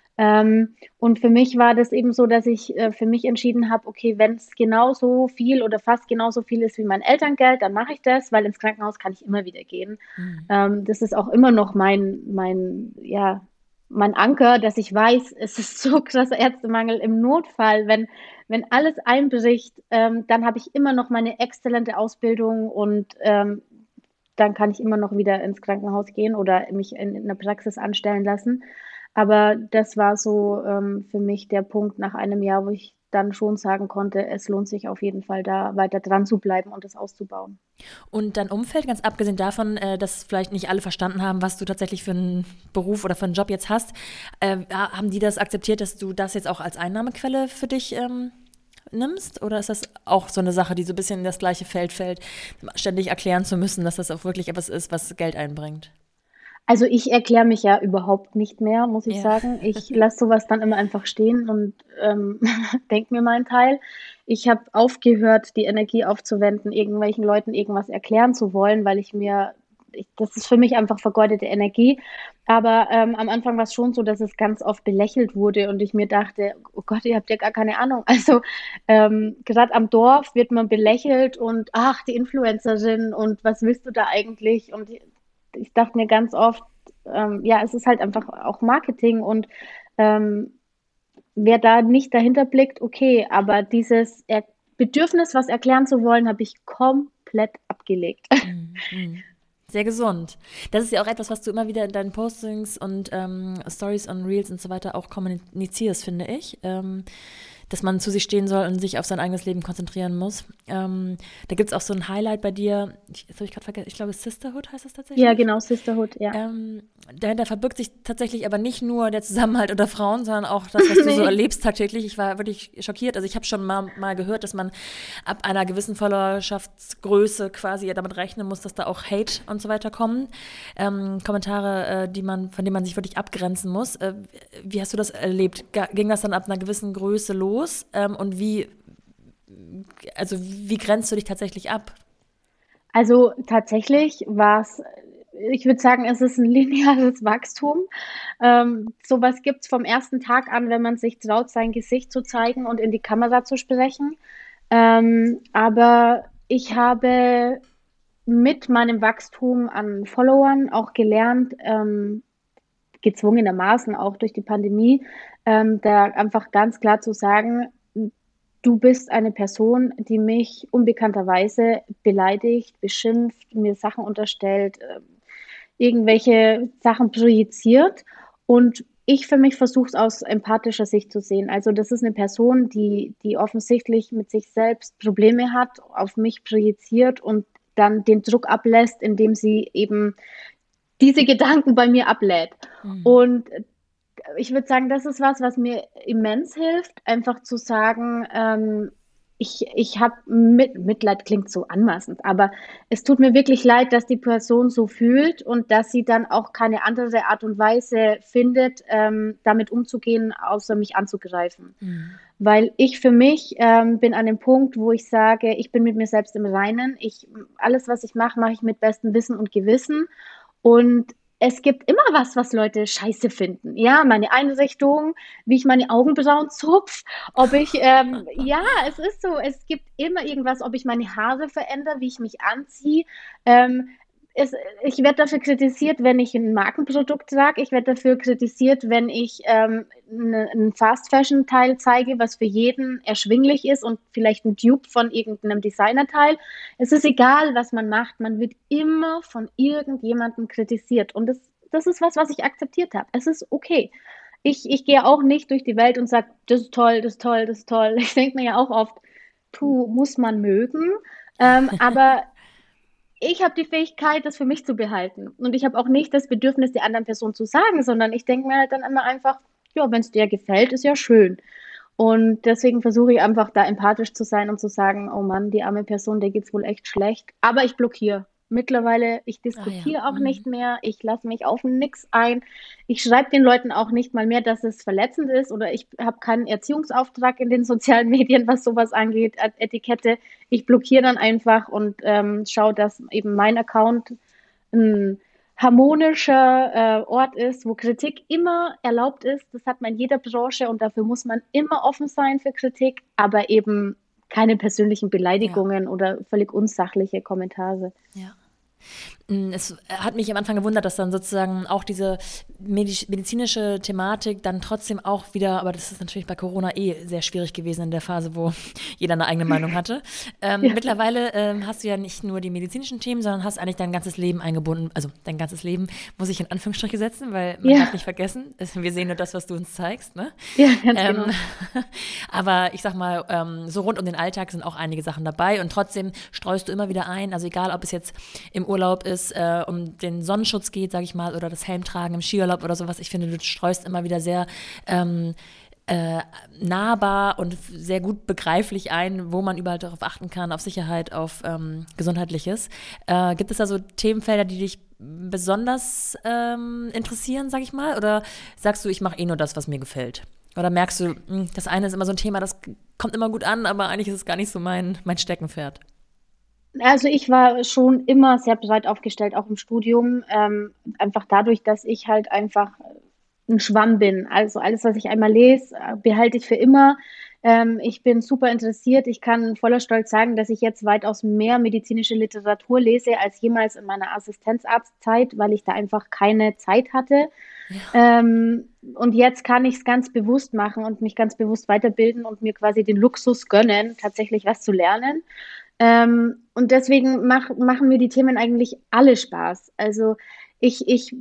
Ähm, und für mich war das eben so, dass ich äh, für mich entschieden habe, okay, wenn es genauso viel oder fast genauso viel ist wie mein Elterngeld, dann mache ich das, weil ins Krankenhaus kann ich immer wieder gehen. Mhm. Ähm, das ist auch immer noch mein, mein, ja, mein Anker, dass ich weiß, es ist so krasser Ärztemangel im Notfall, wenn, wenn alles einbricht, ähm, dann habe ich immer noch meine exzellente Ausbildung und ähm, dann kann ich immer noch wieder ins Krankenhaus gehen oder mich in, in einer Praxis anstellen lassen. Aber das war so ähm, für mich der Punkt nach einem Jahr, wo ich dann schon sagen konnte, es lohnt sich auf jeden Fall da weiter dran zu bleiben und das auszubauen. Und dein Umfeld, ganz abgesehen davon, äh, dass vielleicht nicht alle verstanden haben, was du tatsächlich für einen Beruf oder für einen Job jetzt hast, äh, haben die das akzeptiert, dass du das jetzt auch als Einnahmequelle für dich ähm, nimmst? Oder ist das auch so eine Sache, die so ein bisschen in das gleiche Feld fällt, ständig erklären zu müssen, dass das auch wirklich etwas ist, was Geld einbringt? Also ich erkläre mich ja überhaupt nicht mehr, muss ich Ja. sagen. Ich lasse sowas dann immer einfach stehen und ähm, denke mir meinen Teil. Ich habe aufgehört, die Energie aufzuwenden, irgendwelchen Leuten irgendwas erklären zu wollen, weil ich mir, ich, das ist für mich einfach vergeudete Energie. Aber ähm, am Anfang war es schon so, dass es ganz oft belächelt wurde und ich mir dachte, oh Gott, ihr habt ja gar keine Ahnung. Also ähm, gerade am Dorf wird man belächelt und ach, die Influencerin und was willst du da eigentlich? Und ich dachte mir ganz oft, ähm, ja, es ist halt einfach auch Marketing und ähm, wer da nicht dahinter blickt, okay, aber dieses er Bedürfnis, was erklären zu wollen, habe ich komplett abgelegt. Mhm. Mhm. Sehr gesund. Das ist ja auch etwas, was du immer wieder in deinen Postings und ähm, Stories und Reels und so weiter auch kommunizierst, finde ich. Ähm, dass man zu sich stehen soll und sich auf sein eigenes Leben konzentrieren muss. Ähm, da gibt es auch so ein Highlight bei dir, ich, das habe ich gerade vergessen, ich glaube Sisterhood heißt das tatsächlich. Ja, genau, Sisterhood, ja. Ähm, dahinter verbirgt sich tatsächlich aber nicht nur der Zusammenhalt unter Frauen, sondern auch das, was du so Nee. erlebst tagtäglich. Ich war wirklich schockiert. Also ich habe schon mal, mal gehört, dass man ab einer gewissen Followerschaftsgröße quasi ja damit rechnen muss, dass da auch Hate und so weiter kommen. Ähm, Kommentare, äh, die man, von denen man sich wirklich abgrenzen muss. Äh, wie hast du das erlebt? Ga- Ging das dann ab einer gewissen Größe los? Ähm, und wie, also wie grenzt du dich tatsächlich ab? Also tatsächlich war es, ich würde sagen, es ist ein lineares Wachstum. Ähm, sowas gibt es vom ersten Tag an, wenn man sich traut, sein Gesicht zu zeigen und in die Kamera zu sprechen. Ähm, aber ich habe mit meinem Wachstum an Followern auch gelernt, ähm, gezwungenermaßen auch durch die Pandemie, ähm, da einfach ganz klar zu sagen, du bist eine Person, die mich unbekannterweise beleidigt, beschimpft, mir Sachen unterstellt, äh, irgendwelche Sachen projiziert. Und ich für mich versuche es aus empathischer Sicht zu sehen. Also das ist eine Person, die, die offensichtlich mit sich selbst Probleme hat, auf mich projiziert und dann den Druck ablässt, indem sie eben diese Gedanken bei mir ablädt. Mhm. Und ich würde sagen, das ist was, was mir immens hilft, einfach zu sagen, ähm, ich, ich habe mit, Mitleid klingt so anmaßend, aber es tut mir wirklich leid, dass die Person so fühlt und dass sie dann auch keine andere Art und Weise findet, ähm, damit umzugehen, außer mich anzugreifen. Mhm. Weil ich für mich ähm, bin an dem Punkt, wo ich sage, ich bin mit mir selbst im Reinen. Ich, alles, was ich mache, mache ich mit bestem Wissen und Gewissen. Und es gibt immer was, was Leute scheiße finden. Ja, meine Einrichtung, wie ich meine Augenbrauen zupf, ob ich, ähm, ja, es ist so, es gibt immer irgendwas, ob ich meine Haare verändere, wie ich mich anziehe. Ähm, es, ich werde dafür kritisiert, wenn ich ein Markenprodukt trage. Ich werde dafür kritisiert, wenn ich ähm, ne- einen Fast-Fashion-Teil zeige, was für jeden erschwinglich ist und vielleicht ein Dupe von irgendeinem Designer-Teil. Es ist egal, was man macht, man wird immer von irgendjemandem kritisiert. Und das, das ist was, was ich akzeptiert habe. Es ist okay. Ich, ich gehe auch nicht durch die Welt und sage, das ist toll, das ist toll, das ist toll. Ich denke mir ja auch oft, puh, muss man mögen. Ähm, aber ich habe die Fähigkeit, das für mich zu behalten. Und ich habe auch nicht das Bedürfnis, der anderen Person zu sagen, sondern ich denke mir halt dann immer einfach, ja, wenn es dir gefällt, ist ja schön. Und deswegen versuche ich einfach da empathisch zu sein und zu sagen, oh Mann, die arme Person, der geht's wohl echt schlecht. Aber ich blockiere. Mittlerweile, ich Ah ja. diskutiere auch Mhm. nicht mehr, ich lasse mich auf nix ein. Ich schreibe den Leuten auch nicht mal mehr, dass es verletzend ist oder ich habe keinen Erziehungsauftrag in den sozialen Medien, was sowas angeht, als Etikette. Ich blockiere dann einfach und ähm, schaue, dass eben mein Account ein harmonischer äh, Ort ist, wo Kritik immer erlaubt ist. Das hat man in jeder Branche und dafür muss man immer offen sein für Kritik, aber eben keine persönlichen Ja, Beleidigungen oder völlig unsachliche Kommentare. ja. Mm, Es hat mich am Anfang gewundert, dass dann sozusagen auch diese medisch- medizinische Thematik dann trotzdem auch wieder, aber das ist natürlich bei Corona eh sehr schwierig gewesen in der Phase, wo jeder eine eigene Meinung hatte. Ähm, Ja, mittlerweile ähm, hast du ja nicht nur die medizinischen Themen, sondern hast eigentlich dein ganzes Leben eingebunden. Also dein ganzes Leben muss ich in Anführungsstriche setzen, weil man darf ja, nicht vergessen, es- wir sehen nur das, was du uns zeigst, ne? ja, ganz Ähm, genau. aber ich sag mal, ähm, so rund um den Alltag sind auch einige Sachen dabei und trotzdem streust du immer wieder ein, also egal, ob es jetzt im Urlaub ist, äh, um den Sonnenschutz geht, sage ich mal, oder das Helmtragen im Skiurlaub oder sowas. Ich finde, du streust immer wieder sehr ähm, äh, nahbar und sehr gut begreiflich ein, wo man überall darauf achten kann, auf Sicherheit, auf ähm, Gesundheitliches. Äh, gibt es da so Themenfelder, die dich besonders ähm, interessieren, sag ich mal? Oder sagst du, ich mache eh nur das, was mir gefällt? Oder merkst du, mh, das eine ist immer so ein Thema, das kommt immer gut an, aber eigentlich ist es gar nicht so mein, mein Steckenpferd. Also ich war schon immer sehr breit aufgestellt, auch im Studium. Ähm, einfach dadurch, dass ich halt einfach ein Schwamm bin. Also alles, was ich einmal lese, äh, behalte ich für immer. Ähm, ich bin super interessiert. Ich kann voller Stolz sagen, dass ich jetzt weitaus mehr medizinische Literatur lese als jemals in meiner Assistenzarztzeit, weil ich da einfach keine Zeit hatte. Ähm, und jetzt kann ich es ganz bewusst machen und mich ganz bewusst weiterbilden und mir quasi den Luxus gönnen, tatsächlich was zu lernen. Ähm, und deswegen mach, machen mir die Themen eigentlich alle Spaß. Also ich, ich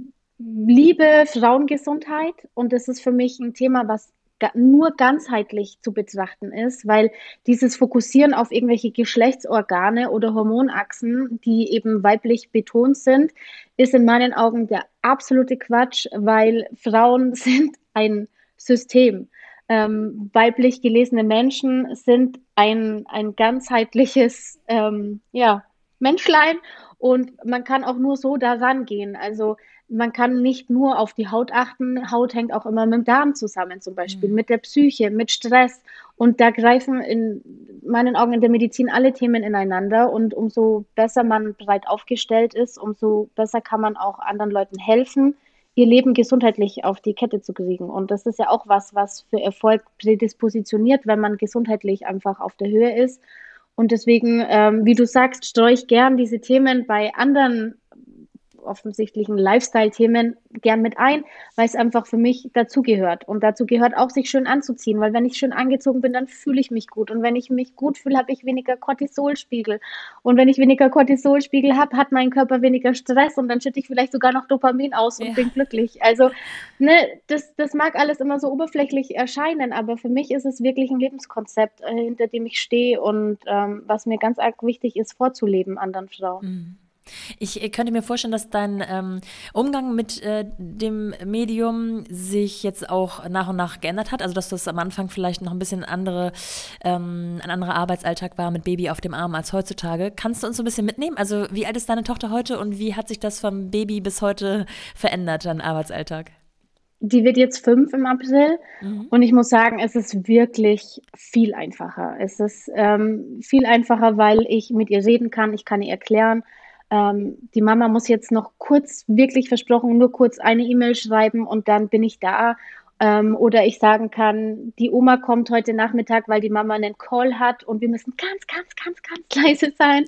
liebe Frauengesundheit und das ist für mich ein Thema, was ga- nur ganzheitlich zu betrachten ist, weil dieses Fokussieren auf irgendwelche Geschlechtsorgane oder Hormonachsen, die eben weiblich betont sind, ist in meinen Augen der absolute Quatsch, weil Frauen sind ein System. Ähm, weiblich gelesene Menschen sind ein, ein ganzheitliches ähm, ja, Menschlein und man kann auch nur so da rangehen. Also man kann nicht nur auf die Haut achten. Haut hängt auch immer mit dem Darm zusammen, zum Beispiel, Mhm. mit der Psyche, mit Stress. Und da greifen in meinen Augen in der Medizin alle Themen ineinander. Und umso besser man breit aufgestellt ist, umso besser kann man auch anderen Leuten helfen, ihr Leben gesundheitlich auf die Kette zu kriegen. Und das ist ja auch was, was für Erfolg prädispositioniert, wenn man gesundheitlich einfach auf der Höhe ist. Und deswegen, ähm, wie du sagst, streue ich gern diese Themen bei anderen offensichtlichen Lifestyle-Themen gern mit ein, weil es einfach für mich dazugehört. Und dazu gehört auch, sich schön anzuziehen, weil wenn ich schön angezogen bin, dann fühle ich mich gut. Und wenn ich mich gut fühle, habe ich weniger Cortisolspiegel. Und wenn ich weniger Cortisolspiegel habe, hat mein Körper weniger Stress und dann schütte ich vielleicht sogar noch Dopamin aus und Ja. bin glücklich. Also, ne, das, das mag alles immer so oberflächlich erscheinen, aber für mich ist es wirklich ein Lebenskonzept, äh, hinter dem ich stehe und ähm, was mir ganz arg wichtig ist, vorzuleben anderen Frauen. Mhm. Ich äh, könnte mir vorstellen, dass dein ähm, Umgang mit äh, dem Medium sich jetzt auch nach und nach geändert hat. Also, dass das am Anfang vielleicht noch ein bisschen andere, ähm, ein anderer Arbeitsalltag war mit Baby auf dem Arm als heutzutage. Kannst du uns so ein bisschen mitnehmen? Also, wie alt ist deine Tochter heute und wie hat sich das vom Baby bis heute verändert, dein Arbeitsalltag? Die wird jetzt fünf im April Mhm. und ich muss sagen, es ist wirklich viel einfacher. Es ist ähm, viel einfacher, weil ich mit ihr reden kann, ich kann ihr erklären. Ähm, die Mama muss jetzt noch kurz, wirklich versprochen, nur kurz eine E-Mail schreiben und dann bin ich da. Ähm, oder ich sagen kann, die Oma kommt heute Nachmittag, weil die Mama einen Call hat und wir müssen ganz, ganz, ganz, ganz leise sein.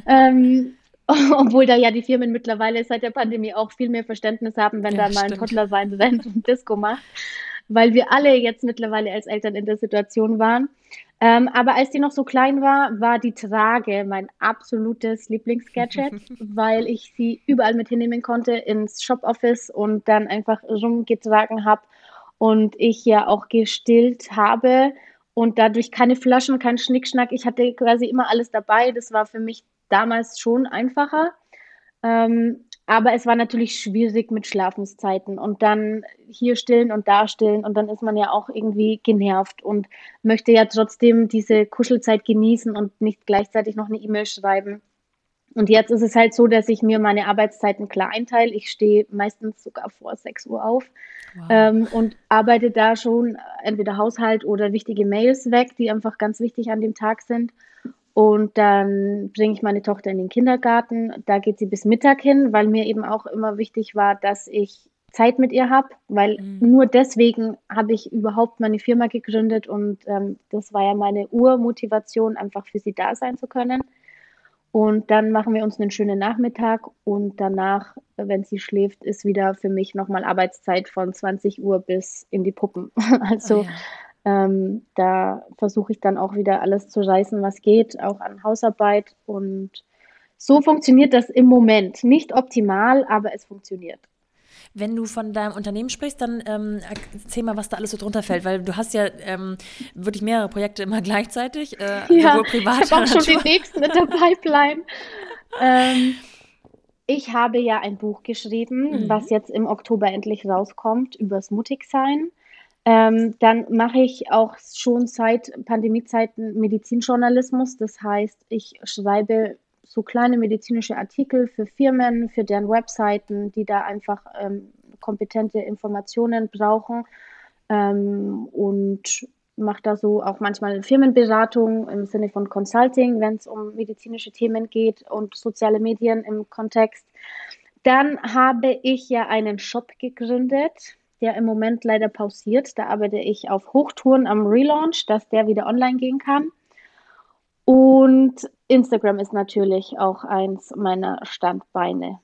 Ähm, Obwohl da ja die Firmen mittlerweile seit der Pandemie auch viel mehr Verständnis haben, wenn Ja, da mal ein stimmt. Toddler sein rennt und Disco macht, weil wir alle jetzt mittlerweile als Eltern in der Situation waren. Ähm, aber als die noch so klein war, war die Trage mein absolutes Lieblingsgadget, weil ich sie überall mit hinnehmen konnte ins Shop-Office und dann einfach rumgetragen habe und ich ja auch gestillt habe und dadurch keine Flaschen, kein Schnickschnack. Ich hatte quasi immer alles dabei. Das war für mich damals schon einfacher. Ähm, aber es war natürlich schwierig mit Schlafenszeiten und dann hier stillen und da stillen und dann ist man ja auch irgendwie genervt und möchte ja trotzdem diese Kuschelzeit genießen und nicht gleichzeitig noch eine E-Mail schreiben. Und jetzt ist es halt so, dass ich mir meine Arbeitszeiten klar einteile. Ich stehe meistens sogar vor sechs Uhr auf Wow. ähm, und arbeite da schon entweder Haushalt oder wichtige Mails weg, die einfach ganz wichtig an dem Tag sind. Und dann bringe ich meine Tochter in den Kindergarten. Da geht sie bis Mittag hin, weil mir eben auch immer wichtig war, dass ich Zeit mit ihr habe, weil Mhm. nur deswegen habe ich überhaupt meine Firma gegründet und ähm, das war ja meine Urmotivation, einfach für sie da sein zu können. Und dann machen wir uns einen schönen Nachmittag und danach, wenn sie schläft, ist wieder für mich nochmal Arbeitszeit von zwanzig Uhr bis in die Puppen. Oh Also ja. ähm, da versuche ich dann auch wieder alles zu reißen, was geht, auch an Hausarbeit. Und so funktioniert das im Moment. Nicht optimal, aber es funktioniert. Wenn du von deinem Unternehmen sprichst, dann ähm, erzähl mal, was da alles so drunter fällt, weil du hast ja ähm, wirklich mehrere Projekte immer gleichzeitig, äh, Ja, sowohl ich habe privater auch schon die Natur. nächsten in der Pipeline. Ähm, ich habe ja ein Buch geschrieben, Mhm. was jetzt im Oktober endlich rauskommt, übers Mutigsein. Ähm, dann mache ich auch schon seit Pandemiezeiten Medizinjournalismus. Das heißt, ich schreibe so kleine medizinische Artikel für Firmen, für deren Webseiten, die da einfach ähm, kompetente Informationen brauchen, ähm, und mache da so auch manchmal Firmenberatung im Sinne von Consulting, wenn es um medizinische Themen geht und soziale Medien im Kontext. Dann habe ich ja einen Shop gegründet, der im Moment leider pausiert. Da arbeite ich auf Hochtouren am Relaunch, dass der wieder online gehen kann. Und Instagram ist natürlich auch eins meiner Standbeine.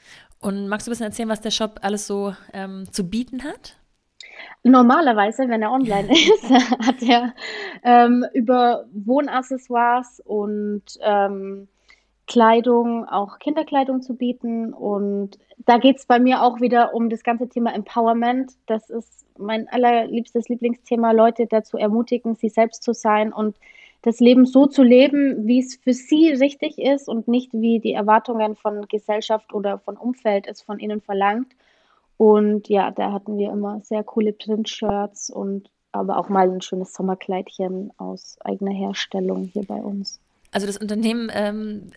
Und magst du ein bisschen erzählen, was der Shop alles so ähm, zu bieten hat? Normalerweise, wenn er online ist, hat er ähm, über Wohnaccessoires und ähm, Kleidung, auch Kinderkleidung zu bieten. Und da geht es bei mir auch wieder um das ganze Thema Empowerment. Das ist mein allerliebstes Lieblingsthema, Leute dazu ermutigen, sie selbst zu sein und das Leben so zu leben, wie es für sie richtig ist und nicht wie die Erwartungen von Gesellschaft oder von Umfeld es von ihnen verlangt. Und ja, da hatten wir immer sehr coole Print-Shirts und aber auch mal ein schönes Sommerkleidchen aus eigener Herstellung hier bei uns. Also das Unternehmen ähm,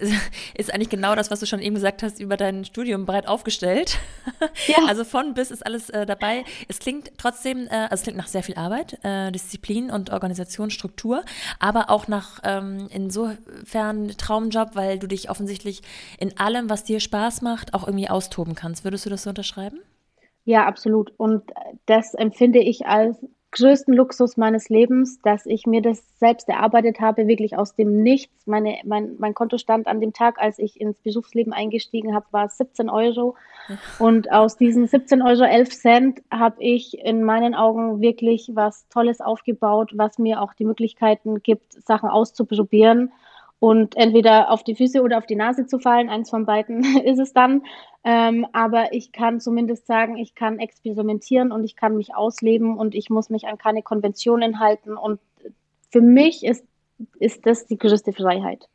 ist eigentlich genau das, was du schon eben gesagt hast, über dein Studium breit aufgestellt. Ja. Also von bis ist alles äh, dabei. Es klingt trotzdem, äh, also es klingt nach sehr viel Arbeit, äh, Disziplin und Organisationsstruktur, aber auch nach ähm, insofern Traumjob, weil du dich offensichtlich in allem, was dir Spaß macht, auch irgendwie austoben kannst. Würdest du das so unterschreiben? Ja, absolut. Und das empfinde ich als größten Luxus meines Lebens, dass ich mir das selbst erarbeitet habe, wirklich aus dem Nichts. Meine, mein, mein Kontostand an dem Tag, als ich ins Berufsleben eingestiegen habe, war siebzehn Euro. Und aus diesen siebzehn Euro elf Cent habe ich in meinen Augen wirklich was Tolles aufgebaut, was mir auch die Möglichkeiten gibt, Sachen auszuprobieren und entweder auf die Füße oder auf die Nase zu fallen. Eins von beiden ist es dann. Ähm, aber ich kann zumindest sagen, ich kann experimentieren und ich kann mich ausleben und ich muss mich an keine Konventionen halten. Und für mich ist, ist das die größte Freiheit.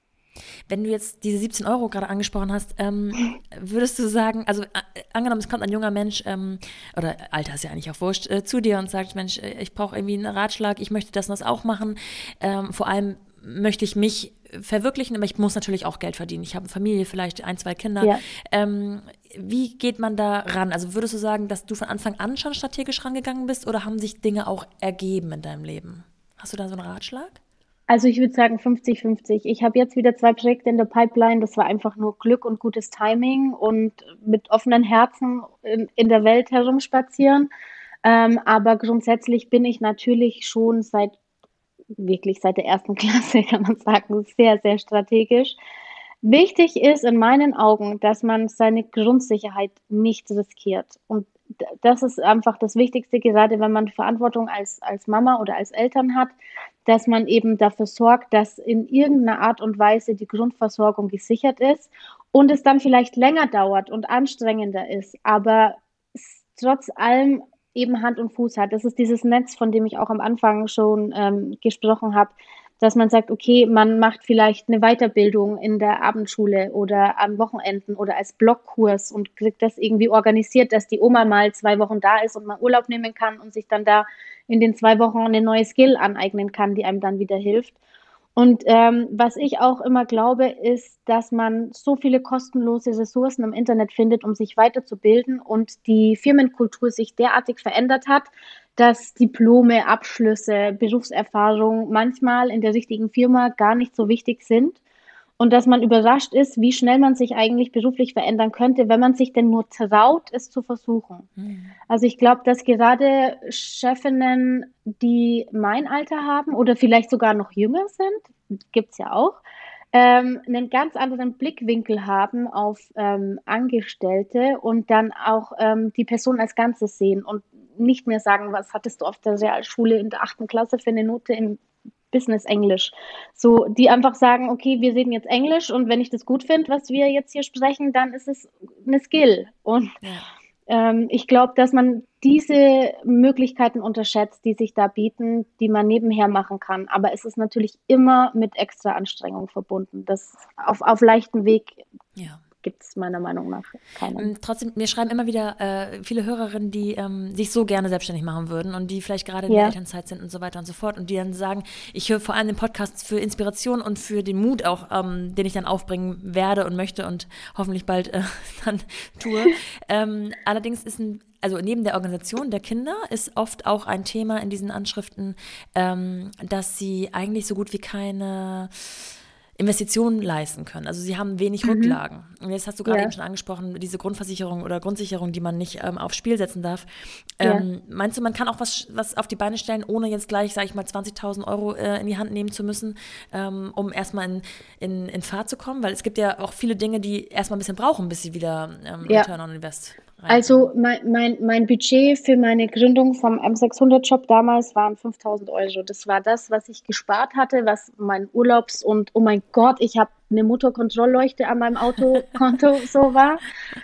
Wenn du jetzt diese siebzehn Euro gerade angesprochen hast, ähm, würdest du sagen, also äh, angenommen, es kommt ein junger Mensch, ähm, oder Alter ist ja eigentlich auch wurscht, äh, zu dir und sagt, Mensch, äh, ich brauche irgendwie einen Ratschlag, ich möchte das und das auch machen, ähm, vor allem möchte ich mich verwirklichen, aber ich muss natürlich auch Geld verdienen. Ich habe eine Familie, vielleicht ein, zwei Kinder. Ja. Ähm, wie geht man da ran? Also würdest du sagen, dass du von Anfang an schon strategisch rangegangen bist oder haben sich Dinge auch ergeben in deinem Leben? Hast du da so einen Ratschlag? Also ich würde sagen fünfzig fünfzig. Ich habe jetzt wieder zwei Projekte in der Pipeline. Das war einfach nur Glück und gutes Timing und mit offenen Herzen in, in der Welt herumspazieren. Ähm, aber grundsätzlich bin ich natürlich schon seit wirklich seit der ersten Klasse, kann man sagen, sehr, sehr strategisch. Wichtig ist in meinen Augen, dass man seine Grundsicherheit nicht riskiert. Und das ist einfach das Wichtigste, gerade wenn man Verantwortung als, als Mama oder als Eltern hat, dass man eben dafür sorgt, dass in irgendeiner Art und Weise die Grundversorgung gesichert ist und es dann vielleicht länger dauert und anstrengender ist, aber es trotz allem eben Hand und Fuß hat. Das ist dieses Netz, von dem ich auch am Anfang schon ähm, gesprochen habe, dass man sagt, okay, man macht vielleicht eine Weiterbildung in der Abendschule oder an Wochenenden oder als Blockkurs und kriegt das irgendwie organisiert, dass die Oma mal zwei Wochen da ist und man Urlaub nehmen kann und sich dann da in den zwei Wochen eine neue Skill aneignen kann, die einem dann wieder hilft. Und ähm, was ich auch immer glaube, ist, dass man so viele kostenlose Ressourcen im Internet findet, um sich weiterzubilden und die Firmenkultur sich derartig verändert hat, dass Diplome, Abschlüsse, Berufserfahrung manchmal in der richtigen Firma gar nicht so wichtig sind und dass man überrascht ist, wie schnell man sich eigentlich beruflich verändern könnte, wenn man sich denn nur traut, es zu versuchen. Hm. Also ich glaube, dass gerade Chefinnen, die mein Alter haben oder vielleicht sogar noch jünger sind, gibt's ja auch, ähm, einen ganz anderen Blickwinkel haben auf ähm, Angestellte und dann auch ähm, die Person als Ganzes sehen und nicht mehr sagen, was hattest du auf der Realschule in der achten Klasse für eine Note im Business Englisch. So, die einfach sagen, okay, wir reden jetzt Englisch und wenn ich das gut finde, was wir jetzt hier sprechen, dann ist es eine Skill. Und Ja. ähm, ich glaube, dass man diese Möglichkeiten unterschätzt, die sich da bieten, die man nebenher machen kann. Aber es ist natürlich immer mit extra Anstrengung verbunden. Das auf, auf leichtem Weg Ja. gibt es meiner Meinung nach keinen. Ähm, Trotzdem, mir schreiben immer wieder äh, viele Hörerinnen, die ähm, sich so gerne selbstständig machen würden und die vielleicht gerade in der Ja, Elternzeit sind und so weiter und so fort und die dann sagen, ich höre vor allem den Podcast für Inspiration und für den Mut auch, ähm, den ich dann aufbringen werde und möchte und hoffentlich bald äh, dann tue. Ähm, allerdings ist ein also neben der Organisation der Kinder ist oft auch ein Thema in diesen Anschriften, ähm, dass sie eigentlich so gut wie keine Investitionen leisten können. Also sie haben wenig mhm. Rücklagen. Und jetzt hast du gerade eben Ja, schon angesprochen, diese Grundversicherung oder Grundsicherung, die man nicht ähm, aufs Spiel setzen darf. ja. Ähm, meinst du, man kann auch was, was auf die Beine stellen, ohne jetzt gleich, sage ich mal, zwanzigtausend Euro äh, in die Hand nehmen zu müssen, ähm, um erstmal in, in, in Fahrt zu kommen? Weil es gibt ja auch viele Dinge, die erstmal ein bisschen brauchen, bis sie wieder ähm, Ja, Return on Invest reinbringen. also mein, mein, mein Budget für meine Gründung vom M sechshundert-Shop damals waren fünftausend Euro. Das war das, was ich gespart hatte, was mein Urlaubs- und oh mein Gott, ich habe eine Motorkontrollleuchte an meinem Autokonto so war.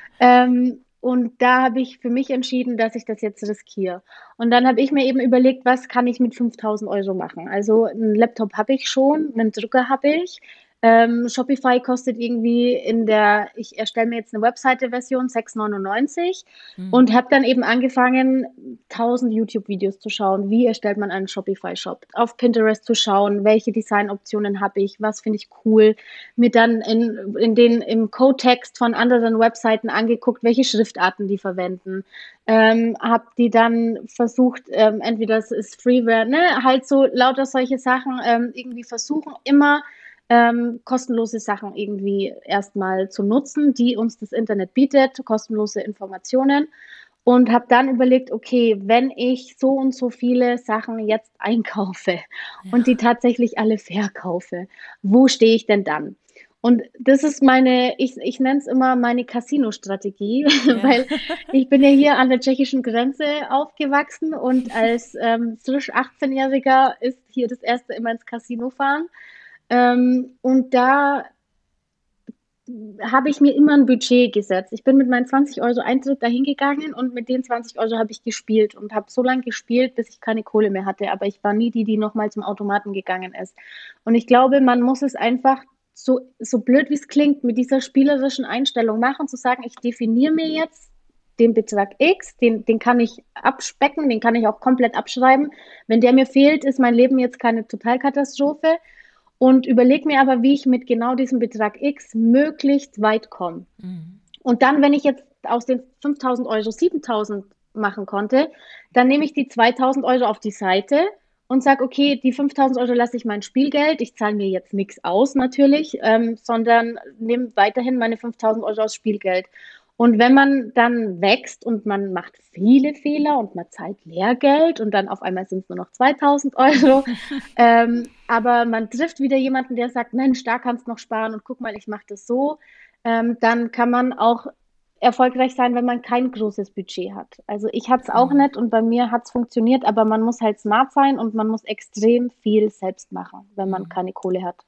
Ähm, und da habe ich für mich entschieden, dass ich das jetzt riskiere. Und dann habe ich mir eben überlegt, was kann ich mit fünftausend Euro machen? Also einen Laptop habe ich schon, einen Drucker habe ich. Ähm, Shopify kostet irgendwie in der, ich erstelle mir jetzt eine Webseite-Version sechs neunundneunzig Mhm. und habe dann eben angefangen, tausend YouTube-Videos zu schauen. Wie erstellt man einen Shopify-Shop? Auf Pinterest zu schauen, welche Designoptionen habe ich, was finde ich cool. Mir dann in, in den, im Code-Text von anderen Webseiten angeguckt, welche Schriftarten die verwenden. Ähm, habe die dann versucht, ähm, entweder es ist Freeware, ne, halt so lauter solche Sachen ähm, irgendwie versuchen, immer ähm, kostenlose Sachen irgendwie erstmal zu nutzen, die uns das Internet bietet, kostenlose Informationen. Und habe dann überlegt, okay, wenn ich so und so viele Sachen jetzt einkaufe und die Ja, tatsächlich alle verkaufe, wo stehe ich denn dann? Und das ist meine, ich, ich nenne es immer meine Casino-Strategie, ja. weil ich bin ja hier an der tschechischen Grenze aufgewachsen und als ähm, frisch achtzehn-Jähriger ist hier das erste immer ins Casino fahren. Ähm, und da habe ich mir immer ein Budget gesetzt. Ich bin mit meinen zwanzig Euro Eintritt dahin gegangen und mit den zwanzig Euro habe ich gespielt und habe so lange gespielt, bis ich keine Kohle mehr hatte. Aber ich war nie die, die nochmal zum Automaten gegangen ist. Und ich glaube, man muss es einfach so, so blöd wie es klingt, mit dieser spielerischen Einstellung machen, zu sagen, ich definiere mir jetzt den Betrag X, den, den kann ich abspecken, den kann ich auch komplett abschreiben. Wenn der mir fehlt, ist mein Leben jetzt keine Totalkatastrophe und überlege mir aber, wie ich mit genau diesem Betrag X möglichst weit komme. Mhm. Und dann, wenn ich jetzt aus den fünftausend Euro siebentausend machen konnte, dann nehme ich die zweitausend Euro auf die Seite und sage, okay, die fünftausend Euro lasse ich mein Spielgeld. Ich zahle mir jetzt nichts aus natürlich, ähm, sondern nehme weiterhin meine fünftausend Euro aus Spielgeld. Und wenn man dann wächst und man macht viele Fehler und man zahlt Lehrgeld und dann auf einmal sind es nur noch zweitausend Euro, ähm, aber man trifft wieder jemanden, der sagt, Mensch, da kannst du noch sparen und guck mal, ich mache das so, ähm, dann kann man auch erfolgreich sein, wenn man kein großes Budget hat. Also ich hatte es auch Mhm. nicht und bei mir hat es funktioniert, aber man muss halt smart sein und man muss extrem viel selbst machen, wenn man Mhm. keine Kohle hat.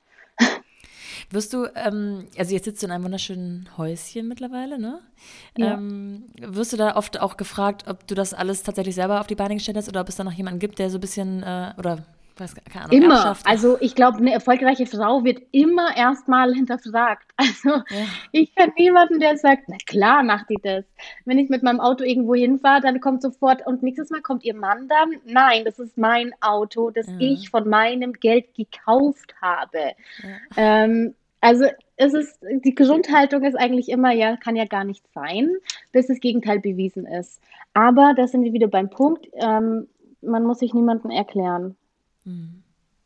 Wirst du, ähm, also jetzt sitzt du in einem wunderschönen Häuschen mittlerweile, ne? Ja. Ähm, wirst du da oft auch gefragt, ob du das alles tatsächlich selber auf die Beine gestellt hast oder ob es da noch jemanden gibt, der so ein bisschen, äh, oder, weiß, keine Ahnung, Immer. Erbschaft? Also ich glaube, eine erfolgreiche Frau wird immer erstmal hinterfragt. Also Ja. ich kenne niemanden, der sagt, na klar macht die das. Wenn ich mit meinem Auto irgendwo hinfahre, dann kommt sofort, und nächstes Mal kommt ihr Mann dann? Nein, das ist mein Auto, das Ja. ich von meinem Geld gekauft habe. Ja. Ähm, also es ist, die Grundhaltung ist eigentlich immer, ja, kann ja gar nicht sein, bis das Gegenteil bewiesen ist. Aber da sind wir wieder beim Punkt, ähm, man muss sich niemandem erklären. Mhm.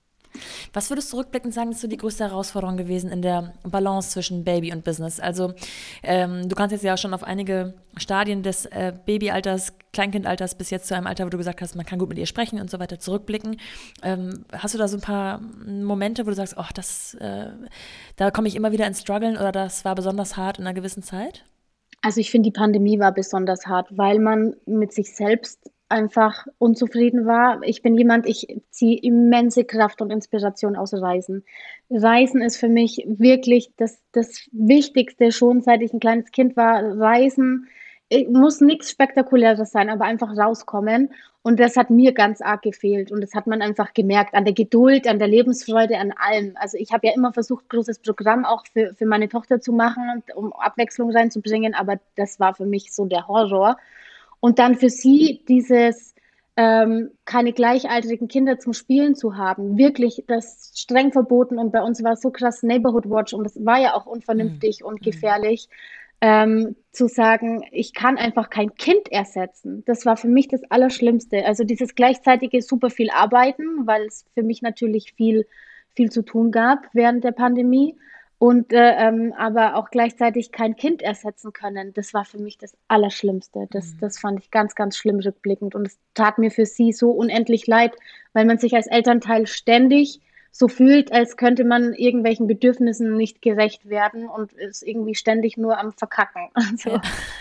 Was würdest du rückblickend sagen, ist so die größte Herausforderung gewesen in der Balance zwischen Baby und Business? Also ähm, du kannst jetzt ja auch schon auf einige Stadien des äh, Babyalters, Kleinkindalters bis jetzt zu einem Alter, wo du gesagt hast, man kann gut mit ihr sprechen und so weiter zurückblicken. Ähm, hast du da so ein paar Momente, wo du sagst, oh, das, äh, da komme ich immer wieder ins Struggeln oder das war besonders hart in einer gewissen Zeit? Also ich finde, die Pandemie war besonders hart, weil man mit sich selbst einfach unzufrieden war. Ich bin jemand, ich ziehe immense Kraft und Inspiration aus Reisen. Reisen ist für mich wirklich das, das Wichtigste, schon seit ich ein kleines Kind war. Reisen äh, muss nichts Spektakuläres sein, aber einfach rauskommen. Und das hat mir ganz arg gefehlt. Und das hat man einfach gemerkt an der Geduld, an der Lebensfreude, an allem. Also ich habe ja immer versucht, großes Programm auch für, für meine Tochter zu machen, um Abwechslung reinzubringen. Aber das war für mich so der Horror. Und dann für sie dieses ähm, keine gleichaltrigen Kinder zum Spielen zu haben, wirklich das streng verboten. Und bei uns war es so krass Neighborhood Watch und das war ja auch Mhm. unvernünftig und Mhm. gefährlich, ähm, zu sagen, ich kann einfach kein Kind ersetzen. Das war für mich das Allerschlimmste. Also dieses gleichzeitige super viel Arbeiten, weil es für mich natürlich viel, viel zu tun gab während der Pandemie und äh, ähm, aber auch gleichzeitig kein Kind ersetzen können. Das war für mich das Allerschlimmste. Das, Mhm. das fand ich ganz, ganz schlimm rückblickend und es tat mir für sie so unendlich leid, weil man sich als Elternteil ständig so fühlt, als könnte man irgendwelchen Bedürfnissen nicht gerecht werden und ist irgendwie ständig nur am Verkacken. Also Ja.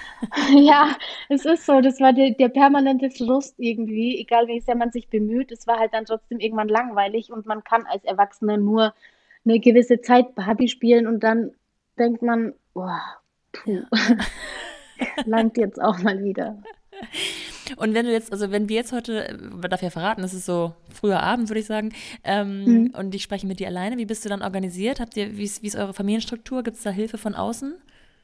ja, es ist so, das war der, der permanente Frust irgendwie, egal wie sehr man sich bemüht, es war halt dann trotzdem irgendwann langweilig und man kann als Erwachsener nur eine gewisse Zeit Barbie spielen und dann denkt man, boah, puh, Ja, ja. langt jetzt auch mal wieder. Und wenn du jetzt, also wenn wir jetzt heute, äh, man darf ja verraten, es ist so früher Abend, würde ich sagen, ähm, Mhm. und ich spreche mit dir alleine, wie bist du dann organisiert? Habt ihr, wie ist, wie ist eure Familienstruktur? Gibt es da Hilfe von außen?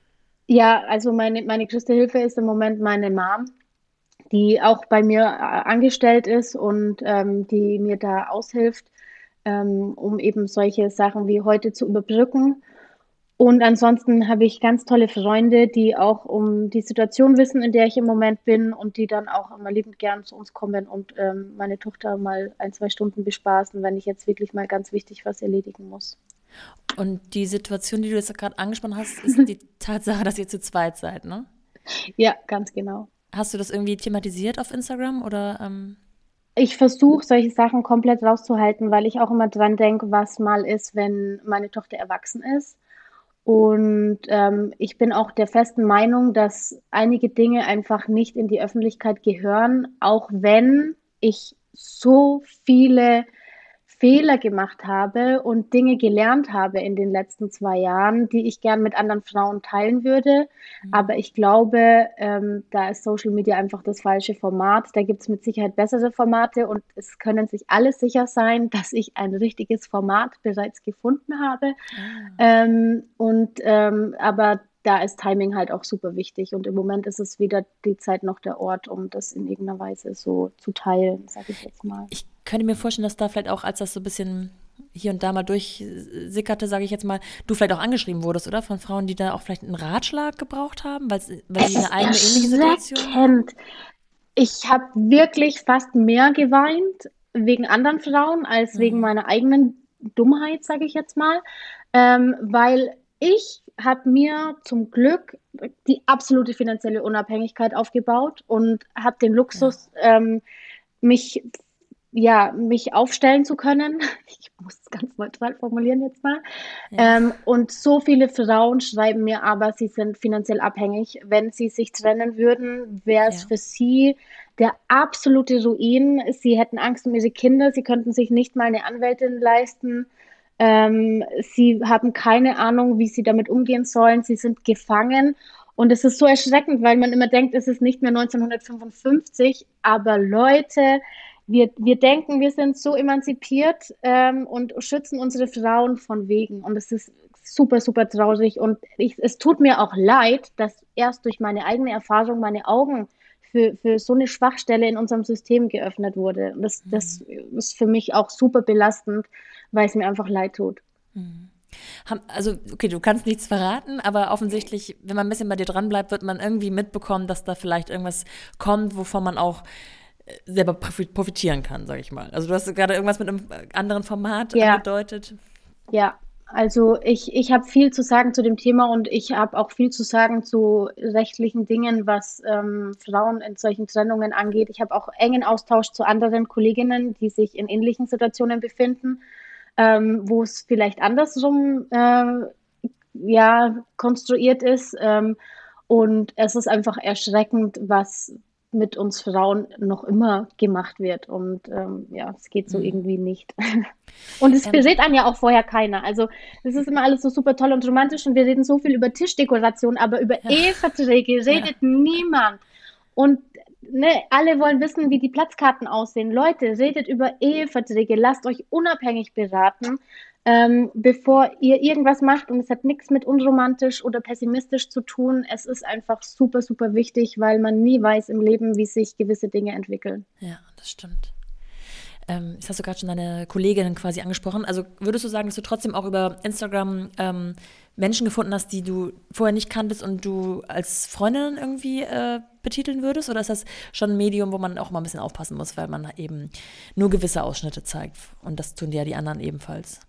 Ja, also meine, meine größte Hilfe ist im Moment meine Mom, die auch bei mir äh, angestellt ist und ähm, die mir da aushilft, ähm, um eben solche Sachen wie heute zu überbrücken. Und ansonsten habe ich ganz tolle Freunde, die auch um die Situation wissen, in der ich im Moment bin und die dann auch immer liebend gern zu uns kommen und ähm, meine Tochter mal ein, zwei Stunden bespaßen, wenn ich jetzt wirklich mal ganz wichtig was erledigen muss. Und die Situation, die du jetzt gerade angesprochen hast, ist die Tatsache, dass ihr zu zweit seid, ne? Ja, ganz genau. Hast du das irgendwie thematisiert auf Instagram oder ähm, Ich versuche, solche Sachen komplett rauszuhalten, weil ich auch immer dran denke, was mal ist, wenn meine Tochter erwachsen ist. Und ähm, ich bin auch der festen Meinung, dass einige Dinge einfach nicht in die Öffentlichkeit gehören, auch wenn ich so viele Fehler gemacht habe und Dinge gelernt habe in den letzten zwei Jahren, die ich gern mit anderen Frauen teilen würde. Aber ich glaube, ähm, da ist Social Media einfach das falsche Format. Da gibt es mit Sicherheit bessere Formate und es können sich alle sicher sein, dass ich ein richtiges Format bereits gefunden habe. ah, Ähm, und ähm, aber da ist Timing halt auch super wichtig. Und im Moment ist es weder die Zeit noch der Ort, um das in irgendeiner Weise so zu teilen, sage ich jetzt mal. ich könnte mir vorstellen, dass da vielleicht auch, als das so ein bisschen hier und da mal durchsickerte, sage ich jetzt mal, du vielleicht auch angeschrieben wurdest, oder? Von Frauen, die da auch vielleicht einen Ratschlag gebraucht haben, weil, weil Es sie eine ist eigene ähnliche Situation haben? erschreckend. Ich habe wirklich fast mehr geweint wegen anderen Frauen als wegen Mhm. meiner eigenen Dummheit, sage ich jetzt mal, ähm, weil ich habe mir zum Glück die absolute finanzielle Unabhängigkeit aufgebaut und habe den Ja. Luxus, ähm, mich ja, mich aufstellen zu können. Ich muss es ganz neutral formulieren jetzt mal. Ja. Ähm, und so viele Frauen schreiben mir aber, sie sind finanziell abhängig. Wenn sie sich trennen würden, wäre es Ja. für sie der absolute Ruin. Sie hätten Angst um ihre Kinder, sie könnten sich nicht mal eine Anwältin leisten. Ähm, sie haben keine Ahnung, wie sie damit umgehen sollen. Sie sind gefangen. Und es ist so erschreckend, weil man immer denkt, es ist nicht mehr neunzehnhundertfünfundfünfzig. Aber Leute, wir, wir denken, wir sind so emanzipiert ähm, und schützen unsere Frauen von wegen. Und es ist super, super traurig. Und ich, es tut mir auch leid, dass erst durch meine eigene Erfahrung meine Augen für, für so eine Schwachstelle in unserem System geöffnet wurde. Und das, das ist für mich auch super belastend, weil es mir einfach leid tut. Haben, also, okay, du kannst nichts verraten, aber offensichtlich, wenn man ein bisschen bei dir dran bleibt, wird man irgendwie mitbekommen, dass da vielleicht irgendwas kommt, wovon man auch äh, selber profi- profitieren kann, sag ich mal. Also du hast gerade irgendwas mit einem äh, anderen Format Ja, angedeutet. ja, also ich, ich habe viel zu sagen zu dem Thema und ich habe auch viel zu sagen zu rechtlichen Dingen, was ähm, Frauen in solchen Trennungen angeht. Ich habe auch engen Austausch zu anderen Kolleginnen, die sich in ähnlichen Situationen befinden, ähm, wo es vielleicht andersrum äh, ja, konstruiert ist. Ähm, und es ist einfach erschreckend, was mit uns Frauen noch immer gemacht wird. Und ähm, ja, es geht so Mhm. irgendwie nicht. Und es Ähm, berät einen ja auch vorher keiner. Also es ist immer alles so super toll und romantisch und wir reden so viel über Tischdekoration, aber über ja, Eheverträge ja. redet niemand. Und ne, alle wollen wissen, wie die Platzkarten aussehen. Leute, redet über Eheverträge, lasst euch unabhängig beraten, ähm, bevor ihr irgendwas macht. Und es hat nichts mit unromantisch oder pessimistisch zu tun. Es ist einfach super, super wichtig, weil man nie weiß im Leben, wie sich gewisse Dinge entwickeln. Ja, das stimmt. Ähm, jetzt hast du gerade schon deine Kolleginnen quasi angesprochen. Also würdest du sagen, dass du trotzdem auch über Instagram ähm, Menschen gefunden hast, die du vorher nicht kanntest und du als Freundin irgendwie äh, betiteln würdest? Oder ist das schon ein Medium, wo man auch mal ein bisschen aufpassen muss, weil man eben nur gewisse Ausschnitte zeigt? Und das tun ja die anderen ebenfalls.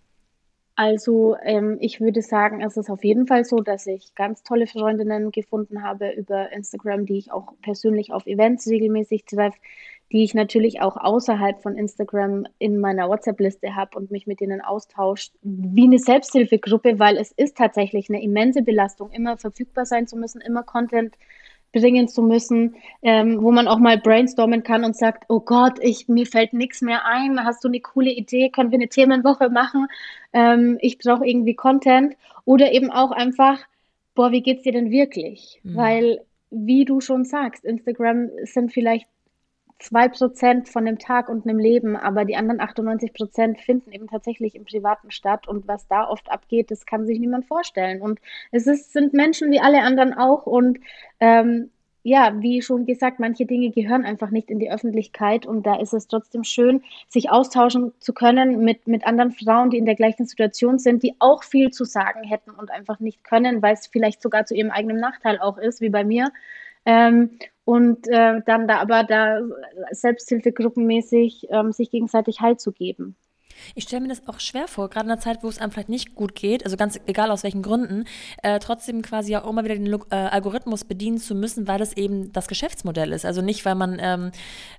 Also, ähm, ich würde sagen, es ist auf jeden Fall so, dass ich ganz tolle Freundinnen gefunden habe über Instagram, die ich auch persönlich auf Events regelmäßig treffe, die ich natürlich auch außerhalb von Instagram in meiner WhatsApp-Liste habe und mich mit denen austausche, wie eine Selbsthilfegruppe, weil es ist tatsächlich eine immense Belastung, immer verfügbar sein zu müssen, immer Content bringen zu müssen, ähm, wo man auch mal brainstormen kann und sagt, oh Gott, ich, mir fällt nichts mehr ein, hast du eine coole Idee, können wir eine Themenwoche machen, ähm, ich brauche irgendwie Content oder eben auch einfach, boah, wie geht's dir denn wirklich? Mhm. Weil, wie du schon sagst, Instagram sind vielleicht zwei Prozent von dem Tag und einem Leben, aber die anderen achtundneunzig Prozent finden eben tatsächlich im Privaten statt und was da oft abgeht, das kann sich niemand vorstellen. Und es ist, sind Menschen wie alle anderen auch und ähm, ja, wie schon gesagt, manche Dinge gehören einfach nicht in die Öffentlichkeit und da ist es trotzdem schön, sich austauschen zu können mit, mit anderen Frauen, die in der gleichen Situation sind, die auch viel zu sagen hätten und einfach nicht können, weil es vielleicht sogar zu ihrem eigenen Nachteil auch ist, wie bei mir. Ähm, und äh, dann da aber da selbsthilfegruppenmäßig ähm, sich gegenseitig Halt zu geben. Ich stelle mir das auch schwer vor, gerade in einer Zeit, wo es einem vielleicht nicht gut geht, also ganz egal aus welchen Gründen, äh, trotzdem quasi auch immer wieder den Lo- äh, Algorithmus bedienen zu müssen, weil das eben das Geschäftsmodell ist. Also nicht, weil man ähm,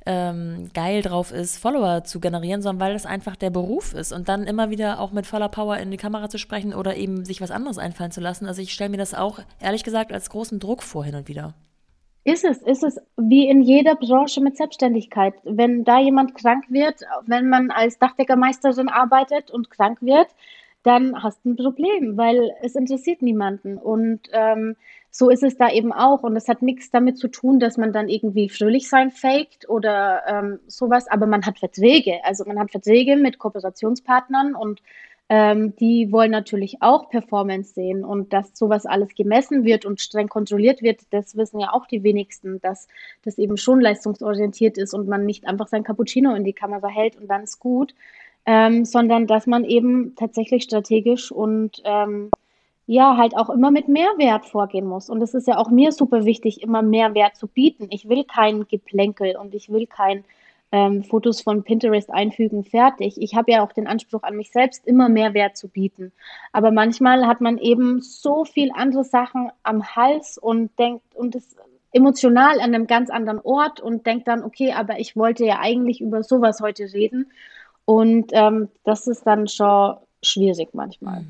ähm, geil drauf ist, Follower zu generieren, sondern weil das einfach der Beruf ist und dann immer wieder auch mit voller Power in die Kamera zu sprechen oder eben sich was anderes einfallen zu lassen. Also ich stelle mir das auch, ehrlich gesagt, als großen Druck vor hin und wieder. Ist es, ist es wie in jeder Branche mit Selbstständigkeit. Wenn da jemand krank wird, wenn man als Dachdeckermeisterin arbeitet und krank wird, dann hast du ein Problem, weil es interessiert niemanden. Und ähm, so ist es da eben auch. Und es hat nichts damit zu tun, dass man dann irgendwie fröhlich sein faked oder ähm, sowas, aber man hat Verträge. Also man hat Verträge mit Kooperationspartnern und ähm, die wollen natürlich auch Performance sehen und dass sowas alles gemessen wird und streng kontrolliert wird, das wissen ja auch die wenigsten, dass das eben schon leistungsorientiert ist und man nicht einfach sein Cappuccino in die Kamera hält und dann ist gut, ähm, sondern dass man eben tatsächlich strategisch und ähm, ja, halt auch immer mit Mehrwert vorgehen muss. Und es ist ja auch mir super wichtig, immer Mehrwert zu bieten. Ich will kein Geplänkel und ich will kein ähm, Fotos von Pinterest einfügen, fertig. Ich habe ja auch den Anspruch an mich selbst, immer Mehrwert zu bieten. Aber manchmal hat man eben so viel andere Sachen am Hals und denkt und ist emotional an einem ganz anderen Ort und denkt dann, okay, aber ich wollte ja eigentlich über sowas heute reden. Und ähm, das ist dann schon schwierig manchmal.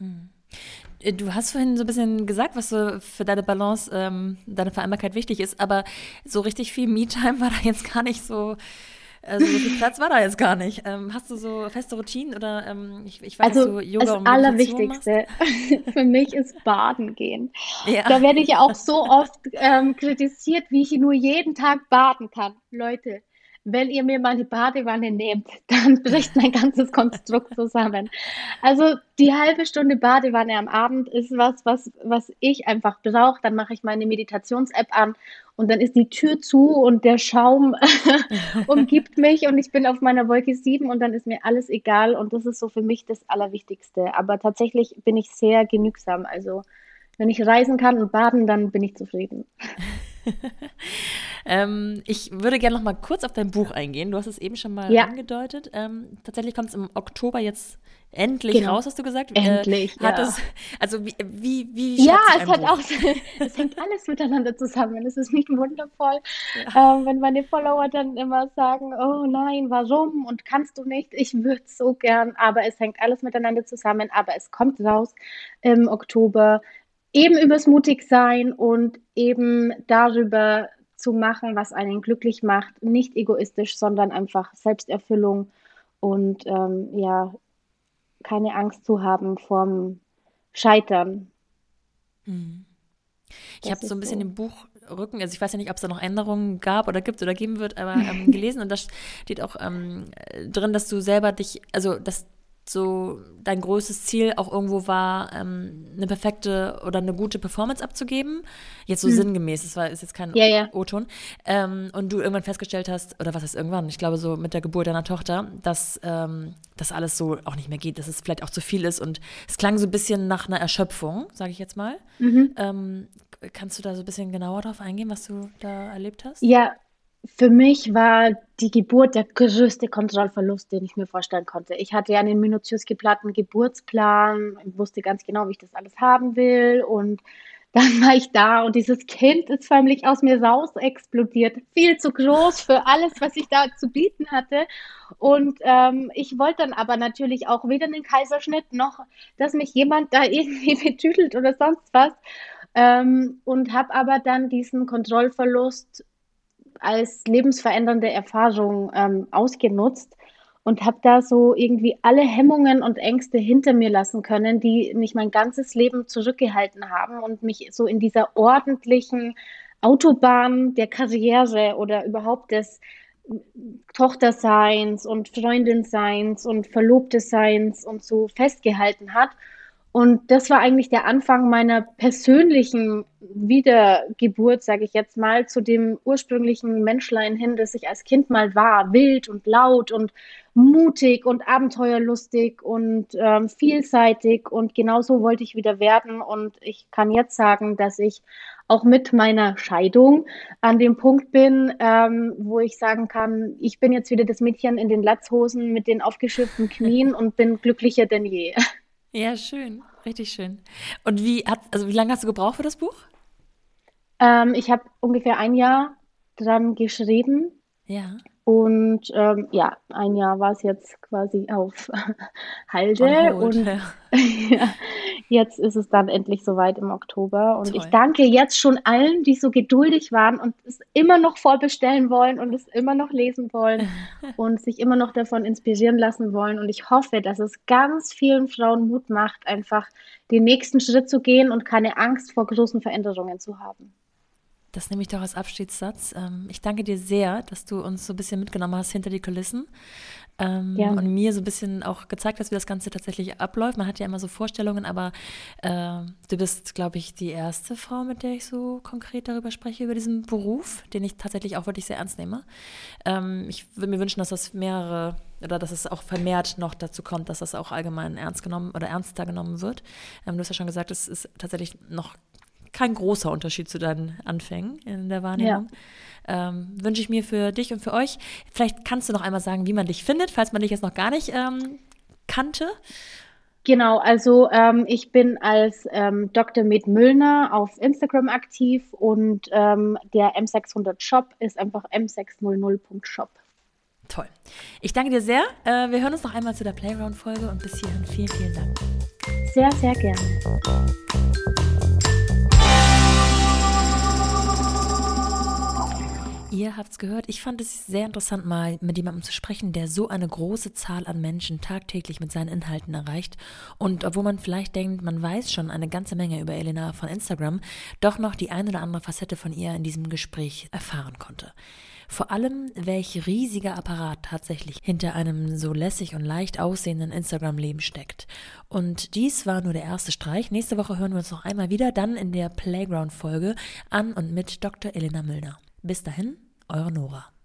Äh, Du hast vorhin so ein bisschen gesagt, was so für deine Balance, ähm, deine Vereinbarkeit wichtig ist, aber so richtig viel Me-Time war da jetzt gar nicht so, also so viel Platz war da jetzt gar nicht. Ähm, hast du so feste Routinen oder ähm, ich, ich weiß, dass Also du Yoga das und Meditation machst? Allerwichtigste für mich ist Baden gehen. Ja. Da werde ich ja auch so oft ähm, kritisiert, wie ich nur jeden Tag baden kann. Leute, wenn ihr mir mal die Badewanne nehmt, dann bricht mein ganzes Konstrukt zusammen. Also die halbe Stunde Badewanne am Abend ist was, was, was ich einfach brauche. Dann mache ich meine Meditations-App an und dann ist die Tür zu und der Schaum umgibt mich und ich bin auf meiner Wolke sieben und dann ist mir alles egal und das ist so für mich das Allerwichtigste. Aber tatsächlich bin ich sehr genügsam. Also wenn ich reisen kann und baden, dann bin ich zufrieden. Ähm, ich würde gerne noch mal kurz auf dein Buch eingehen. Du hast es eben schon mal Ja, angedeutet. Ähm, tatsächlich kommt es im Oktober jetzt endlich genau. raus, hast du gesagt. Äh, Endlich, hat ja. es, also wie, wie, wie Ja, schreibt sich es ein hat auch, Buch? es hängt alles miteinander zusammen. Es ist nicht wundervoll, Ja. ähm, wenn meine Follower dann immer sagen, oh nein, warum und kannst du nicht? Ich würde so gern, aber es hängt alles miteinander zusammen. Aber es kommt raus im Oktober, eben übers Mutigsein und eben darüber zu machen, was einen glücklich macht, nicht egoistisch, sondern einfach Selbsterfüllung und ähm, ja, keine Angst zu haben vorm Scheitern. Mhm. Ich Das habe so ein ist bisschen so. den Buchrücken, also ich weiß ja nicht, ob es da noch Änderungen gab oder gibt oder geben wird, aber ähm, gelesen und da steht auch ähm, drin, dass du selber dich, also dass so dein größtes Ziel auch irgendwo war, ähm, eine perfekte oder eine gute Performance abzugeben. Jetzt so Hm. sinngemäß, das war, ist jetzt kein Ja, ja. O-Ton. Ähm, und du irgendwann festgestellt hast, oder was heißt irgendwann, ich glaube so mit der Geburt deiner Tochter, dass ähm, das alles so auch nicht mehr geht, dass es vielleicht auch zu viel ist und es klang so ein bisschen nach einer Erschöpfung, sage ich jetzt mal. Mhm. Ähm, kannst du da so ein bisschen genauer drauf eingehen, was du da erlebt hast? Ja, für mich war die Geburt der größte Kontrollverlust, den ich mir vorstellen konnte. Ich hatte ja einen minutiös geplanten Geburtsplan, wusste ganz genau, wie ich das alles haben will. Und dann war ich da und dieses Kind ist förmlich aus mir raus explodiert. Viel zu groß für alles, was ich da zu bieten hatte. Und ähm, ich wollte dann aber natürlich auch weder einen Kaiserschnitt noch, dass mich jemand da irgendwie betütelt oder sonst was. Ähm, und habe aber dann diesen Kontrollverlust als lebensverändernde Erfahrung ähm, ausgenutzt und habe da so irgendwie alle Hemmungen und Ängste hinter mir lassen können, die mich mein ganzes Leben zurückgehalten haben und mich so in dieser ordentlichen Autobahn der Karriere oder überhaupt des Tochterseins und Freundinseins und Verlobteseins und so festgehalten hat. Und das war eigentlich der Anfang meiner persönlichen Wiedergeburt, sage ich jetzt mal, zu dem ursprünglichen Menschlein hin, das ich als Kind mal war. Wild und laut und mutig und abenteuerlustig und ähm, vielseitig. Und genau so wollte ich wieder werden. Und ich kann jetzt sagen, dass ich auch mit meiner Scheidung an dem Punkt bin, ähm, wo ich sagen kann, ich bin jetzt wieder das Mädchen in den Latzhosen mit den aufgeschürften Knien und bin glücklicher denn je. Ja, schön, richtig schön. Und wie hat, also wie lange hast du gebraucht für das Buch? Ähm, ich habe ungefähr ein Jahr dran geschrieben Ja, und ähm, ja, ein Jahr war es jetzt quasi auf on Halde hold. und Ja. ja, jetzt ist es dann endlich soweit im Oktober und ich Toll. danke jetzt schon allen, die so geduldig waren und es immer noch vorbestellen wollen und es immer noch lesen wollen und sich immer noch davon inspirieren lassen wollen und ich hoffe, dass es ganz vielen Frauen Mut macht, einfach den nächsten Schritt zu gehen und keine Angst vor großen Veränderungen zu haben. Das nehme ich doch als Abschiedssatz. Ähm, ich danke dir sehr, dass du uns so ein bisschen mitgenommen hast hinter die Kulissen ähm, und Gerne. mir so ein bisschen auch gezeigt hast, wie das Ganze tatsächlich abläuft. Man hat ja immer so Vorstellungen, aber äh, du bist, glaube ich, die erste Frau, mit der ich so konkret darüber spreche, über diesen Beruf, den ich tatsächlich auch wirklich sehr ernst nehme. Ähm, ich würde mir wünschen, dass das mehrere oder dass es auch vermehrt noch dazu kommt, dass das auch allgemein ernst genommen oder ernster genommen wird. Ähm, du hast ja schon gesagt, es ist tatsächlich noch kein großer Unterschied zu deinen Anfängen in der Ja. Wahrnehmung. Ähm, wünsche ich mir für dich und für euch. Vielleicht kannst du noch einmal sagen, wie man dich findet, falls man dich jetzt noch gar nicht ähm, kannte. Genau, also ähm, ich bin als ähm, Doktor Med Müllner auf Instagram aktiv und ähm, der M sechshundert Shop ist einfach m sechshundert Punkt shop. Toll. Ich danke dir sehr. Äh, wir hören uns noch einmal zu der Playground-Folge und bis hierhin vielen, vielen Dank. Sehr, sehr gerne. Ihr habt's gehört, ich fand es sehr interessant, mal mit jemandem zu sprechen, der so eine große Zahl an Menschen tagtäglich mit seinen Inhalten erreicht und obwohl man vielleicht denkt, man weiß schon eine ganze Menge über Elena von Instagram, doch noch die ein oder andere Facette von ihr in diesem Gespräch erfahren konnte. Vor allem, welch riesiger Apparat tatsächlich hinter einem so lässig und leicht aussehenden Instagram-Leben steckt. Und dies war nur der erste Streich. Nächste Woche hören wir uns noch einmal wieder, dann in der Playground-Folge an und mit Doktor Elena Müllner. Bis dahin, eure Nora.